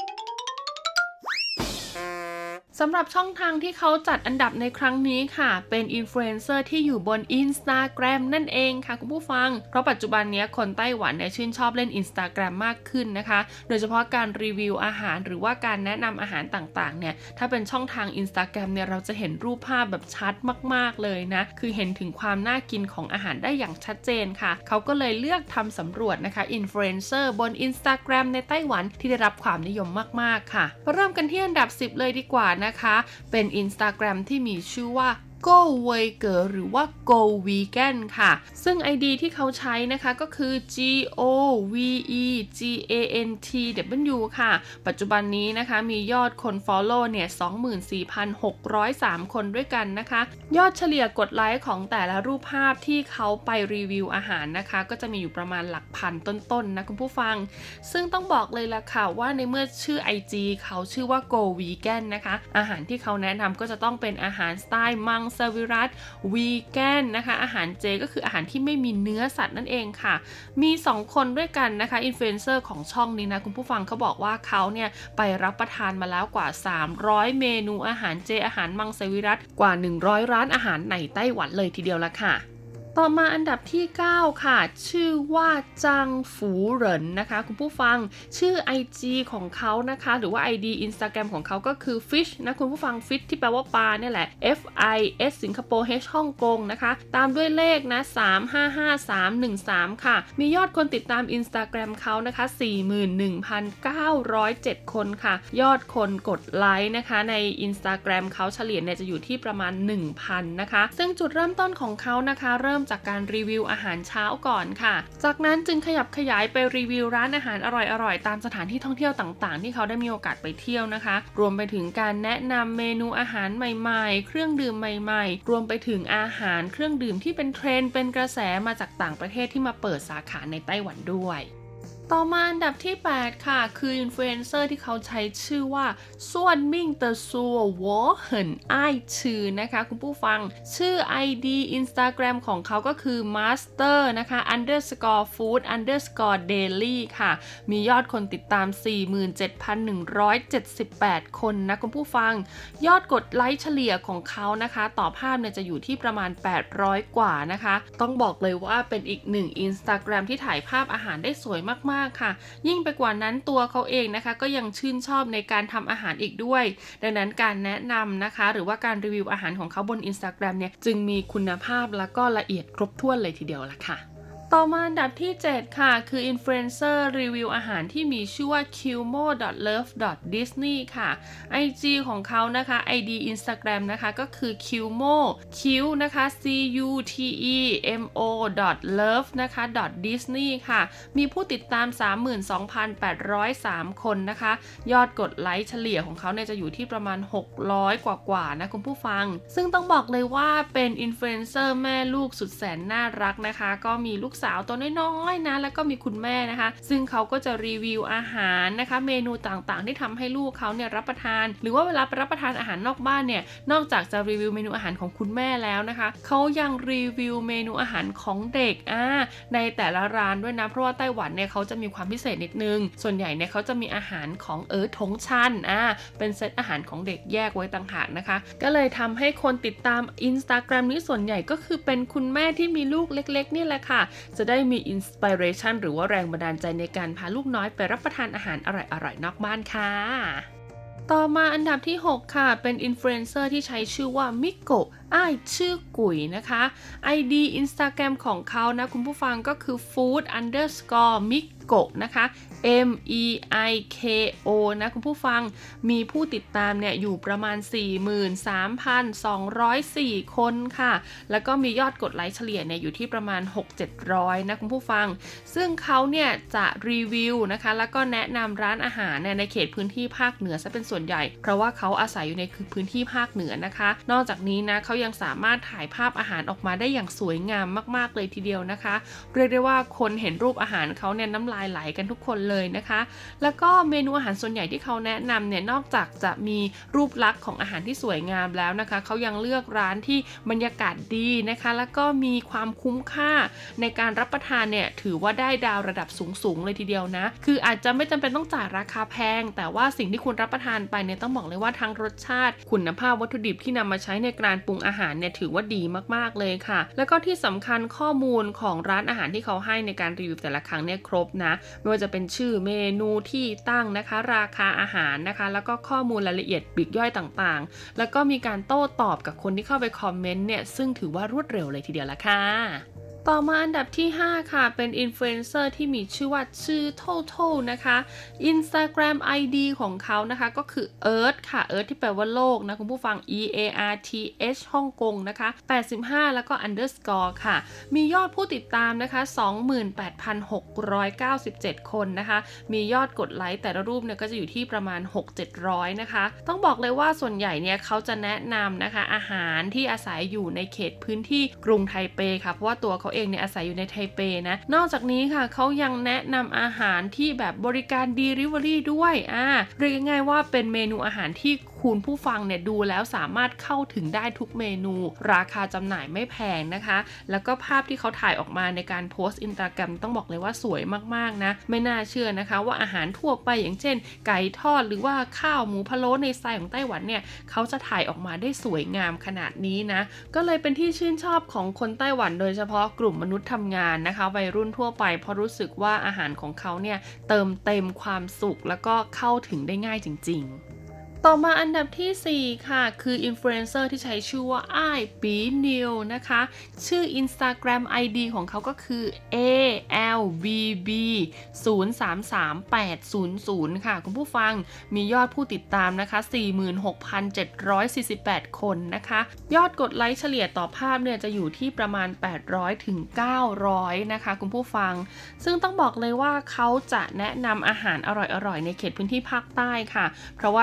สำหรับช่องทางที่เขาจัดอันดับในครั้งนี้ค่ะเป็นอินฟลูเอนเซอร์ที่อยู่บน Instagram นั่นเองค่ะคุณผู้ฟังเพราะปัจจุบันนี้คนไต้หวันเนี่ยชื่นชอบเล่น Instagram มากขึ้นนะคะโดยเฉพาะการรีวิวอาหารหรือว่าการแนะนำอาหารต่างๆเนี่ยถ้าเป็นช่องทาง Instagram เนี่ยเราจะเห็นรูปภาพแบบชัดมากๆเลยนะคือเห็นถึงความน่ากินของอาหารได้อย่างชัดเจนค่ะเขาก็เลยเลือกทำสำรวจนะคะอินฟลูเอนเซอร์บน Instagram ในไต้หวันที่ได้รับความนิยมมากๆค่ะเริ่มกันที่อันดับสิบเลยดีกว่านะคะเป็น Instagram ที่มีชื่อว่า Go Vegan หรือว่า Go Vegan ค่ะซึ่ง ไอ ดี ที่เขาใช้นะคะก็คือ G O V E G A N T W ค่ะปัจจุบันนี้นะคะมียอดคน follow เนี่ย สองหมื่นสี่พันหกร้อยสาม คนด้วยกันนะคะยอดเฉลี่ยกดไลค์ของแต่ละรูปภาพที่เขาไปรีวิวอาหารนะคะก็จะมีอยู่ประมาณหลักพันต้นๆ นะคุณผู้ฟังซึ่งต้องบอกเลยล่ะค่ะว่าในเมื่อชื่อ ไอ จี เขาชื่อว่า Go Vegan นะคะอาหารที่เขาแนะนำก็จะต้องเป็นอาหารสไตล์มังสวิรัติวีแกนนะคะอาหารเจก็คืออาหารที่ไม่มีเนื้อสัตว์นั่นเองค่ะมีสองคนด้วยกันนะคะอินฟลูเอนเซอร์ของช่องนี้นะคุณผู้ฟังเขาบอกว่าเขาเนี่ยไปรับประทานมาแล้วกว่าสามร้อยเมนูอาหารเจอาหารมังสวิรัติกว่าหนึ่งร้อยร้านอาหารในไต้หวันเลยทีเดียวละค่ะต่อมาอันดับที่เก้าค่ะชื่อว่าจังฝูเหรินนะคะคุณผู้ฟังชื่อ ไอ จี ของเขานะคะหรือว่า ไอ ดี Instagram ของเขาก็คือ fish นะคุณผู้ฟัง fish ที่แปลว่าปลาเนี่ยแหละ F I S สิงคโปร์ H ฮ่องกงนะคะตามด้วยเลขนะสาม ห้า ห้า สาม หนึ่ง สามค่ะมียอดคนติดตาม Instagram เขานะคะ สี่หมื่นหนึ่งพันเก้าร้อยเจ็ด คนค่ะยอดคนกดไลค์นะคะใน Instagram เขาเฉลี่ยเนี่ยจะอยู่ที่ประมาณ หนึ่งพัน นะคะซึ่งจุดเริ่มต้นของเขานะคะเริ่มจากการรีวิวอาหารเช้าก่อนค่ะจากนั้นจึงขยับขยายไปรีวิวร้านอาหารอร่อยๆตามสถานที่ท่องเที่ยวต่างๆที่เขาได้มีโอกาสไปเที่ยวนะคะรวมไปถึงการแนะนำเมนูอาหารใหม่ๆเครื่องดื่มใหม่ๆรวมไปถึงอาหารเครื่องดื่มที่เป็นเทรนด์เป็นกระแสมาจากต่างประเทศที่มาเปิดสาขาในไต้หวันด้วยต่อมาอันดับที่แปดค่ะคืออินฟลูเอนเซอร์ที่เขาใช้ชื่อว่าส่วนมิ่งเตอซัววอเหินอ้ายชื่อนะคะคุณผู้ฟังชื่อ ไอ ดี Instagram ของเขาก็คือ master นะคะ underscore food underscore daily ค่ะมียอดคนติดตาม สี่หมื่นเจ็ดพันหนึ่งร้อยเจ็ดสิบแปด คนนะคุณผู้ฟังยอดกดไลค์เฉลี่ยของเขานะคะต่อภาพเนี่ยจะอยู่ที่ประมาณแปดร้อยกว่านะคะต้องบอกเลยว่าเป็นอีกหนึ่ง Instagram ที่ถ่ายภาพอาหารได้สวยมากๆค่ะยิ่งไปกว่านั้นตัวเขาเองนะคะก็ยังชื่นชอบในการทำอาหารอีกด้วยดังนั้นการแนะนำนะคะหรือว่าการรีวิวอาหารของเขาบน Instagram เนี่ยจึงมีคุณภาพแล้วก็ละเอียดครบถ้วนเลยทีเดียวล่ะค่ะต่อมาอันดับที่เจ็ดค่ะคืออินฟลูเอนเซอร์รีวิวอาหารที่มีชื่อว่า คิวโม ดอท เลิฟ ดอท ดิสนีย์ ค่ะ ไอ จี ของเขานะคะ ไอ ดี Instagram นะคะก็คือ คิวโม Q นะคะ C U T E M O ดอท เลิฟ นะคะ ดอท ดิสนีย์ ค่ะมีผู้ติดตาม สามหมื่นสองพันแปดร้อยสาม คนนะคะยอดกดไลค์เฉลี่ยของเขาเนี่ยจะอยู่ที่ประมาณหกร้อยกว่าๆนะคุณผู้ฟังซึ่งต้องบอกเลยว่าเป็นอินฟลูเอนเซอร์แม่ลูกสุดแสนน่ารักนะคะก็มีลูกสาวตัวน้อยๆนะแล้วก็มีคุณแม่นะคะซึ่งเขาก็จะรีวิวอาหารนะคะเมนูต่างๆที่ทำให้ลูกเขาเนี่ยรับประทานหรือว่าเวลาไปรับประทานอาหารนอกบ้านเนี่ยนอกจากจะรีวิวเมนูอาหารของคุณแม่แล้วนะคะเขายังรีวิวเมนูอาหารของเด็กอ่าในแต่ละร้านด้วยนะเพราะว่าไต้หวันเนี่ยเขาจะมีความพิเศษนิดนึงส่วนใหญ่เนี่ยเขาจะมีอาหารของเอ๋อถงชันอ่าเป็นเซตอาหารของเด็กแยกไว้ต่างหากนะคะก็เลยทำให้คนติดตาม Instagram นี้ส่วนใหญ่ก็คือเป็นคุณแม่ที่มีลูกเล็กๆนี่แหละค่ะจะได้มีอินสปิเรชันหรือว่าแรงบันดาลใจในการพาลูกน้อยไปรับประทานอาหารอร่อยๆนอกบ้านค่ะต่อมาอันดับที่หกค่ะเป็นอินฟลูเอนเซอร์ที่ใช้ชื่อว่ามิโกะอ้ายชื่อกุ๋ยนะคะ ไอ ดี Instagram ของเขานะคุณผู้ฟังก็คือ food underscore miko นะคะ M E I K O นะคุณผู้ฟังมีผู้ติดตามเนี่ยอยู่ประมาณ สี่หมื่นสามพันสองร้อยสี่ คนค่ะแล้วก็มียอดกดไลค์เฉลี่ยเนี่ยอยู่ที่ประมาณ หกถึงเจ็ดร้อย นะคุณผู้ฟังซึ่งเขาเนี่ยจะรีวิวนะคะแล้วก็แนะนำร้านอาหารเนี่ยในเขตพื้นที่ภาคเหนือซะเป็นส่วนใหญ่เพราะว่าเขาอาศัยอยู่ในพื้นที่ภาคเหนือนะคะนอกจากนี้นะเขายังสามารถถ่ายภาพอาหารออกมาได้อย่างสวยงามมากๆเลยทีเดียวนะคะเรียกได้ว่าคนเห็นรูปอาหารเขาเนี่ยน้ำลายไหลกันทุกคนเลยนะคะแล้วก็เมนูอาหารส่วนใหญ่ที่เขาแนะนำเนี่ยนอกจากจะมีรูปลักษณ์ของอาหารที่สวยงามแล้วนะคะเขายังเลือกร้านที่บรรยากาศดีนะคะแล้วก็มีความคุ้มค่าในการรับประทานเนี่ยถือว่าได้ดาวระดับสูงๆเลยทีเดียวนะคืออาจจะไม่จำเป็นต้องจ่ายราคาแพงแต่ว่าสิ่งที่คุณรับประทานไปเนี่ยต้องบอกเลยว่าทั้งรสชาติคุณภาพวัตถุดิบที่นำมาใช้ในการปรุงอาหารเนี่ยถือว่าดีมากๆเลยค่ะแล้วก็ที่สำคัญข้อมูลของร้านอาหารที่เขาให้ในการรีวิวแต่ละครั้งเนี่ยครบนะไม่ว่าจะเป็นชื่อเมนูที่ตั้งนะคะราคาอาหารนะคะแล้วก็ข้อมูลรายละเอียดปลีกย่อยต่างๆแล้วก็มีการโต้ตอบกับคนที่เข้าไปคอมเมนต์เนี่ยซึ่งถือว่ารวดเร็วเลยทีเดียวละค่ะต่อมาอันดับที่ห้าค่ะเป็นอินฟลูเอนเซอร์ที่มีชื่อว่าชื่อโทโทนะคะ Instagram ไอ ดี ของเขานะคะก็คือ Earth ค่ะ Earth ที่แปลว่าโลกนะคุณผู้ฟัง E A R T H ฮ่องกงนะคะแปดสิบห้าแล้วก็ underscore ค่ะมียอดผู้ติดตามนะคะ สองหมื่นแปดพันหกร้อยเก้าสิบเจ็ด คนนะคะมียอดกดไลค์แต่ละรูปเนี่ยก็จะอยู่ที่ประมาณ หกถึงเจ็ดร้อย นะคะต้องบอกเลยว่าส่วนใหญ่เนี่ยเขาจะแนะนำนะคะอาหารที่อาศัยอยู่ในเขตพื้นที่กรุงไทเปค่ะเพราะว่าตัวเขาเองเนี่ยอาศัยอยู่ในไทเปนะนอกจากนี้ค่ะเขายังแนะนำอาหารที่แบบบริการ delivery ด้วยอ่าเรียกง่ายๆว่าเป็นเมนูอาหารที่คุณผู้ฟังเนี่ยดูแล้วสามารถเข้าถึงได้ทุกเมนูราคาจำหน่ายไม่แพงนะคะแล้วก็ภาพที่เขาถ่ายออกมาในการโพสต์ Instagram ต้องบอกเลยว่าสวยมากๆนะไม่น่าเชื่อนะคะว่าอาหารทั่วไปอย่างเช่นไก่ทอดหรือว่าข้าวหมูพะโล้ในสไตล์ของไต้หวันเนี่ยเขาจะถ่ายออกมาได้สวยงามขนาดนี้นะก็เลยเป็นที่ชื่นชอบของคนไต้หวันโดยเฉพาะกลุ่มมนุษย์ทำงานนะคะวัยรุ่นทั่วไปเพราะรู้สึกว่าอาหารของเขาเนี่ยเติมเต็มความสุขแล้วก็เข้าถึงได้ง่ายจริงๆต่อมาอันดับที่สี่ค่ะคืออินฟลูเอนเซอร์ที่ใช้ชื่อว่าอ้ายปีนิวนะคะชื่อ Instagram ไอ ดี ของเขาก็คือ เอ แอล บี บี ศูนย์ สาม สาม แปด ศูนย์ ศูนย์ ค่ะคุณผู้ฟังมียอดผู้ติดตามนะคะ สี่หมื่นหกพันเจ็ดร้อยสี่สิบแปด คนนะคะยอดกดไลค์เฉลี่ยต่อภาพเนี่ยจะอยู่ที่ประมาณแปดร้อยถึงเก้าร้อยนะคะคุณผู้ฟังซึ่งต้องบอกเลยว่าเขาจะแนะนำอาหารอร่อยๆในเขตพื้นที่ภาคใต้ค่ะเพราะว่าตัวเขา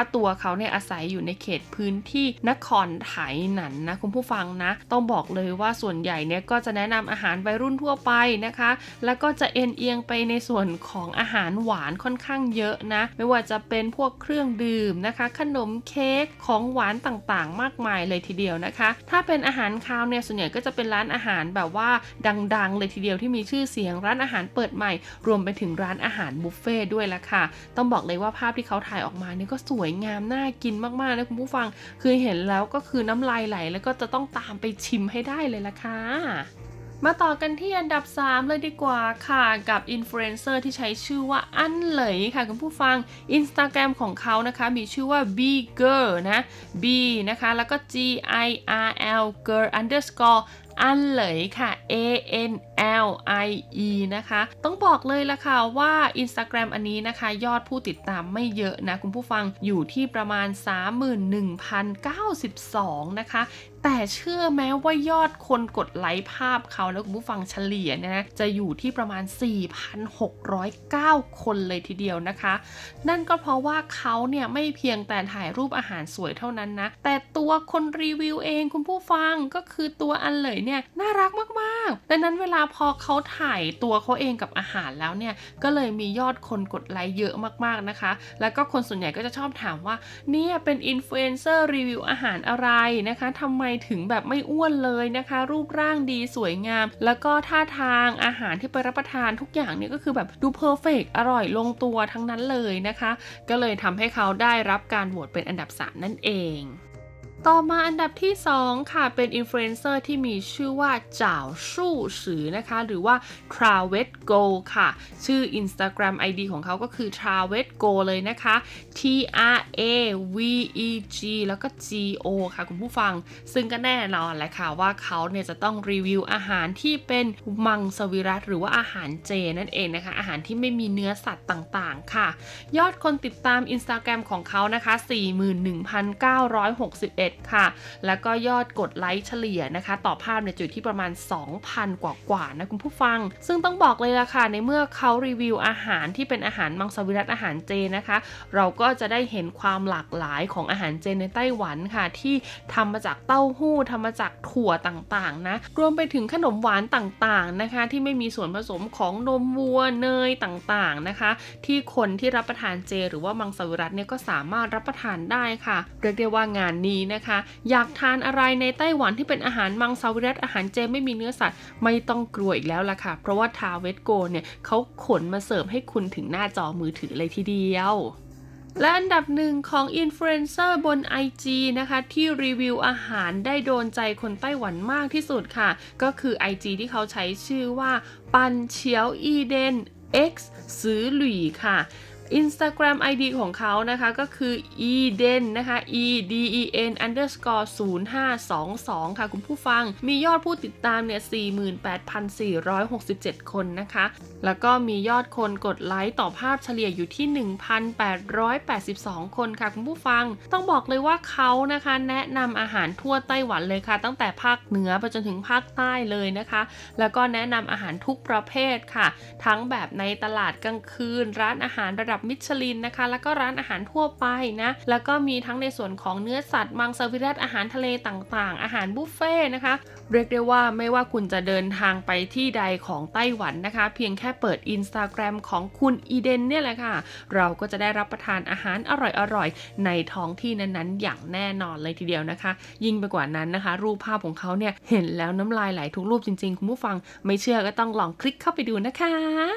เขาเนี่ยอาศัยอยู่ในเขตพื้นที่นครไถหนันนะคุณผู้ฟังนะต้องบอกเลยว่าส่วนใหญ่เนี่ยก็จะแนะนำอาหารวัยรุ่นทั่วไปนะคะแล้วก็จะเอ็นเอียงไปในส่วนของอาหารหวานค่อนข้างเยอะนะไม่ว่าจะเป็นพวกเครื่องดื่มนะคะขนมเค้กของหวานต่างๆมากมายเลยทีเดียวนะคะถ้าเป็นอาหารคาวเนี่ยส่วนใหญ่ก็จะเป็นร้านอาหารแบบว่าดังๆเลยทีเดียวที่มีชื่อเสียงร้านอาหารเปิดใหม่รวมไปถึงร้านอาหารบุฟเฟ่ด้วยละค่ะต้องบอกเลยว่าภาพที่เขาถ่ายออกมาเนี่ยก็สวยงามน่ากินมากๆนะคุณผู้ฟังคือเห็นแล้วก็คือน้ำลายไหลแล้วก็จะต้องตามไปชิมให้ได้เลยละค่ะมาต่อกันที่อันดับสามเลยดีกว่าค่ะกับอินฟลูเอนเซอร์ที่ใช้ชื่อว่าอันเหลยค่ะคุณผู้ฟัง Instagram ของเขานะคะมีชื่อว่า B Girl นะ B นะคะแล้วก็ G I R L Girl underscore อันเหลยค่ะ A N L I E นะคะต้องบอกเลยละค่ะว่า Instagram อันนี้นะคะยอดผู้ติดตามไม่เยอะนะคุณผู้ฟังอยู่ที่ประมาณ สามหมื่นหนึ่งพันเก้าสิบสอง นะคะแต่เชื่อแม้ว่ายอดคนกดไลค์ภาพเขาแล้วคุณผู้ฟังเฉลี่ยนะจะอยู่ที่ประมาณ สี่พันหกร้อยเก้า คนเลยทีเดียวนะคะนั่นก็เพราะว่าเขาเนี่ยไม่เพียงแต่ถ่ายรูปอาหารสวยเท่านั้นนะแต่ตัวคนรีวิวเองคุณผู้ฟังก็คือตัวอันเลยเนี่ยน่ารักมากๆดังนั้นเวลาพอเขาถ่ายตัวเขาเองกับอาหารแล้วเนี่ยก็เลยมียอดคนกดไลค์เยอะมากๆนะคะแล้วก็คนส่วนใหญ่ก็จะชอบถามว่าเนี่ยเป็นอินฟลูเอนเซอร์รีวิวอาหารอะไรนะคะทำไมถึงแบบไม่อ้วนเลยนะคะรูปร่างดีสวยงามแล้วก็ท่าทางอาหารที่ไปรับประทานทุกอย่างเนี่ยก็คือแบบดูเพอร์เฟกต์อร่อยลงตัวทั้งนั้นเลยนะคะก็เลยทำให้เขาได้รับการโหวตเป็นอันดับสามนั่นเองต่อมาอันดับที่สองค่ะเป็นอินฟลูเอนเซอร์ที่มีชื่อว่าจ่าวสู้สือนะคะหรือว่า Travet Go ค่ะชื่อ Instagram ไอ ดี ของเขาก็คือ Travet Go เลยนะคะ T R A V E G แล้วก็ G O ค่ะคุณผู้ฟังซึ่งก็แน่นอนแหละค่ะว่าเขาเนี่ยจะต้องรีวิวอาหารที่เป็นมังสวิรัติหรือว่าอาหารเจนั่นเองนะคะอาหารที่ไม่มีเนื้อสัตว์ต่างๆค่ะยอดคนติดตาม Instagram ของเขานะคะ สี่หมื่นหนึ่งพันเก้าร้อยหกสิบเอ็ดค่ะแล้วก็ยอดกดไลค์เฉลี่ยนะคะต่อภาพเนี่ยอยู่ที่ประมาณ สองพัน กว่าๆนะคุณผู้ฟังซึ่งต้องบอกเลยล่ะค่ะในเมื่อเขารีวิวอาหารที่เป็นอาหารมังสวิรัติอาหารเจนะคะเราก็จะได้เห็นความหลากหลายของอาหารเจในไต้หวันค่ะที่ทำมาจากเต้าหู้ทำมาจากถั่วต่างๆนะรวมไปถึงขนมหวานต่างๆนะคะที่ไม่มีส่วนผสมของนมวัวเนยต่างๆนะคะที่คนที่รับประทานเจหรือว่ามังสวิรัติเนี่ยก็สามารถรับประทานได้ค่ะเรียกได้ว่างานนี้นะคะอยากทานอะไรในไต้หวันที่เป็นอาหารมังสวิรัติอาหารเจไม่มีเนื้อสัตว์ไม่ต้องกลัวอีกแล้วล่ะค่ะเพราะว่าทาเวทโกเนี่ยเขาขนมาเสิร์ฟให้คุณถึงหน้าจอมือถือเลยทีเดียวและอันดับหนึ่งของอินฟลูเอนเซอร์บน ไอ จี นะคะที่รีวิวอาหารได้โดนใจคนไต้หวันมากที่สุดค่ะก็คือ ไอ จี ที่เขาใช้ชื่อว่าปันเฉียวอีเดน X ซื้อหลี่ค่ะInstagram ไอ ดี ของเขานะคะก็คือ eden นะคะ e d e n underscore ศูนย์ห้าสองสองค่ะคุณผู้ฟังมียอดผู้ติดตามเนี่ย สี่หมื่นแปดพันสี่ร้อยหกสิบเจ็ด คนนะคะแล้วก็มียอดคนกดไลค์ต่อภาพเฉลี่ยอยู่ที่ หนึ่งพันแปดร้อยแปดสิบสอง คนค่ะคุณผู้ฟังต้องบอกเลยว่าเขานะคะแนะนำอาหารทั่วไต้หวันเลยค่ะตั้งแต่ภาคเหนือไปจนถึงภาคใต้เลยนะคะแล้วก็แนะนำอาหารทุกประเภทค่ะทั้งแบบในตลาดกลางคืนร้านอาหารระดับมิชลินนะคะแล้วก็ร้านอาหารทั่วไปนะแล้วก็มีทั้งในส่วนของเนื้อสัตว์มังสวิรัติอาหารทะเลต่างๆอาหารบุฟเฟ่นะคะเรียกได้ว่าไม่ว่าคุณจะเดินทางไปที่ใดของไต้หวันนะคะเพียงแค่เปิด Instagram ของคุณอีเดนเนี่ยแหละค่ะเราก็จะได้รับประทานอาหารอร่อยๆในท้องที่นั้นๆอย่างแน่นอนเลยทีเดียวนะคะยิ่งไปกว่านั้นนะคะรูปภาพของเขาเนี่ยเห็นแล้วน้ำลายไหลทุกรูปจริงๆคุณผู้ฟังไม่เชื่อก็ต้องลองคลิกเข้าไปดูนะคะ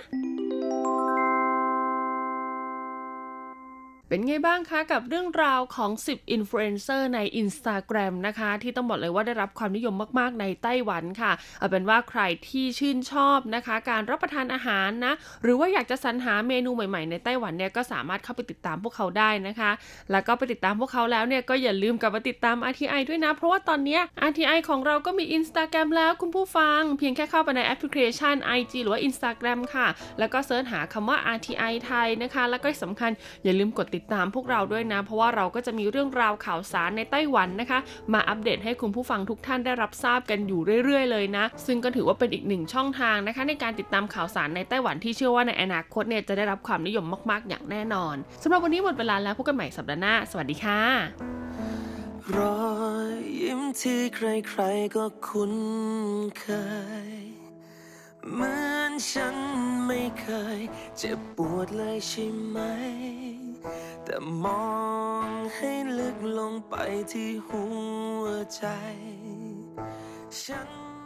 เป็นไงบ้างคะกับเรื่องราวของสิบอินฟลูเอนเซอร์ใน Instagram นะคะที่ต้องบอกเลยว่าได้รับความนิยมมากๆในไต้หวันค่ะเอาเป็นว่าใครที่ชื่นชอบนะคะการรับประทานอาหารนะหรือว่าอยากจะสรรหาเมนูใหม่ๆในไต้หวันเนี่ยก็สามารถเข้าไปติดตามพวกเขาได้นะคะแล้วก็ไปติดตามพวกเขาแล้วเนี่ยก็อย่าลืมกลับมาติดตาม อาร์ ที ไอ ด้วยนะเพราะว่าตอนนี้ อาร์ ที ไอ ของเราก็มี Instagram แล้วคุณผู้ฟังเพียงแค่เข้าไปในแอปพลิเคชัน ไอ จี หรือว่า Instagram ค่ะแล้วก็เสิร์ชหาคำว่า อาร์ ที ไอ ไทยนะคะแล้วก็สำคัญอย่าลืมกดติดติดตามพวกเราด้วยนะเพราะว่าเราก็จะมีเรื่องราวข่าวสารในไต้หวันนะคะมาอัปเดตให้คุณผู้ฟังทุกท่านได้รับทราบกันอยู่เรื่อยๆเลยนะซึ่งก็ถือว่าเป็นอีกหนึ่งช่องทางนะคะในการติดตามข่าวสารในไต้หวันที่เชื่อว่าในอนาคตเนี่ยจะได้รับความนิยมมากๆอย่างแน่นอนสำหรับวันนี้หมดเวลาแล้วพบกันใหม่สัปดาห์หน้าสวัสดีค่ะรอยยิ้มที่ใครๆก็คุ้นเคยเหมือนฉันไม่เคยเจ็บปวดเลยใช่ไหมแต่มองให้ลึกลงไปที่หัวใจฉัน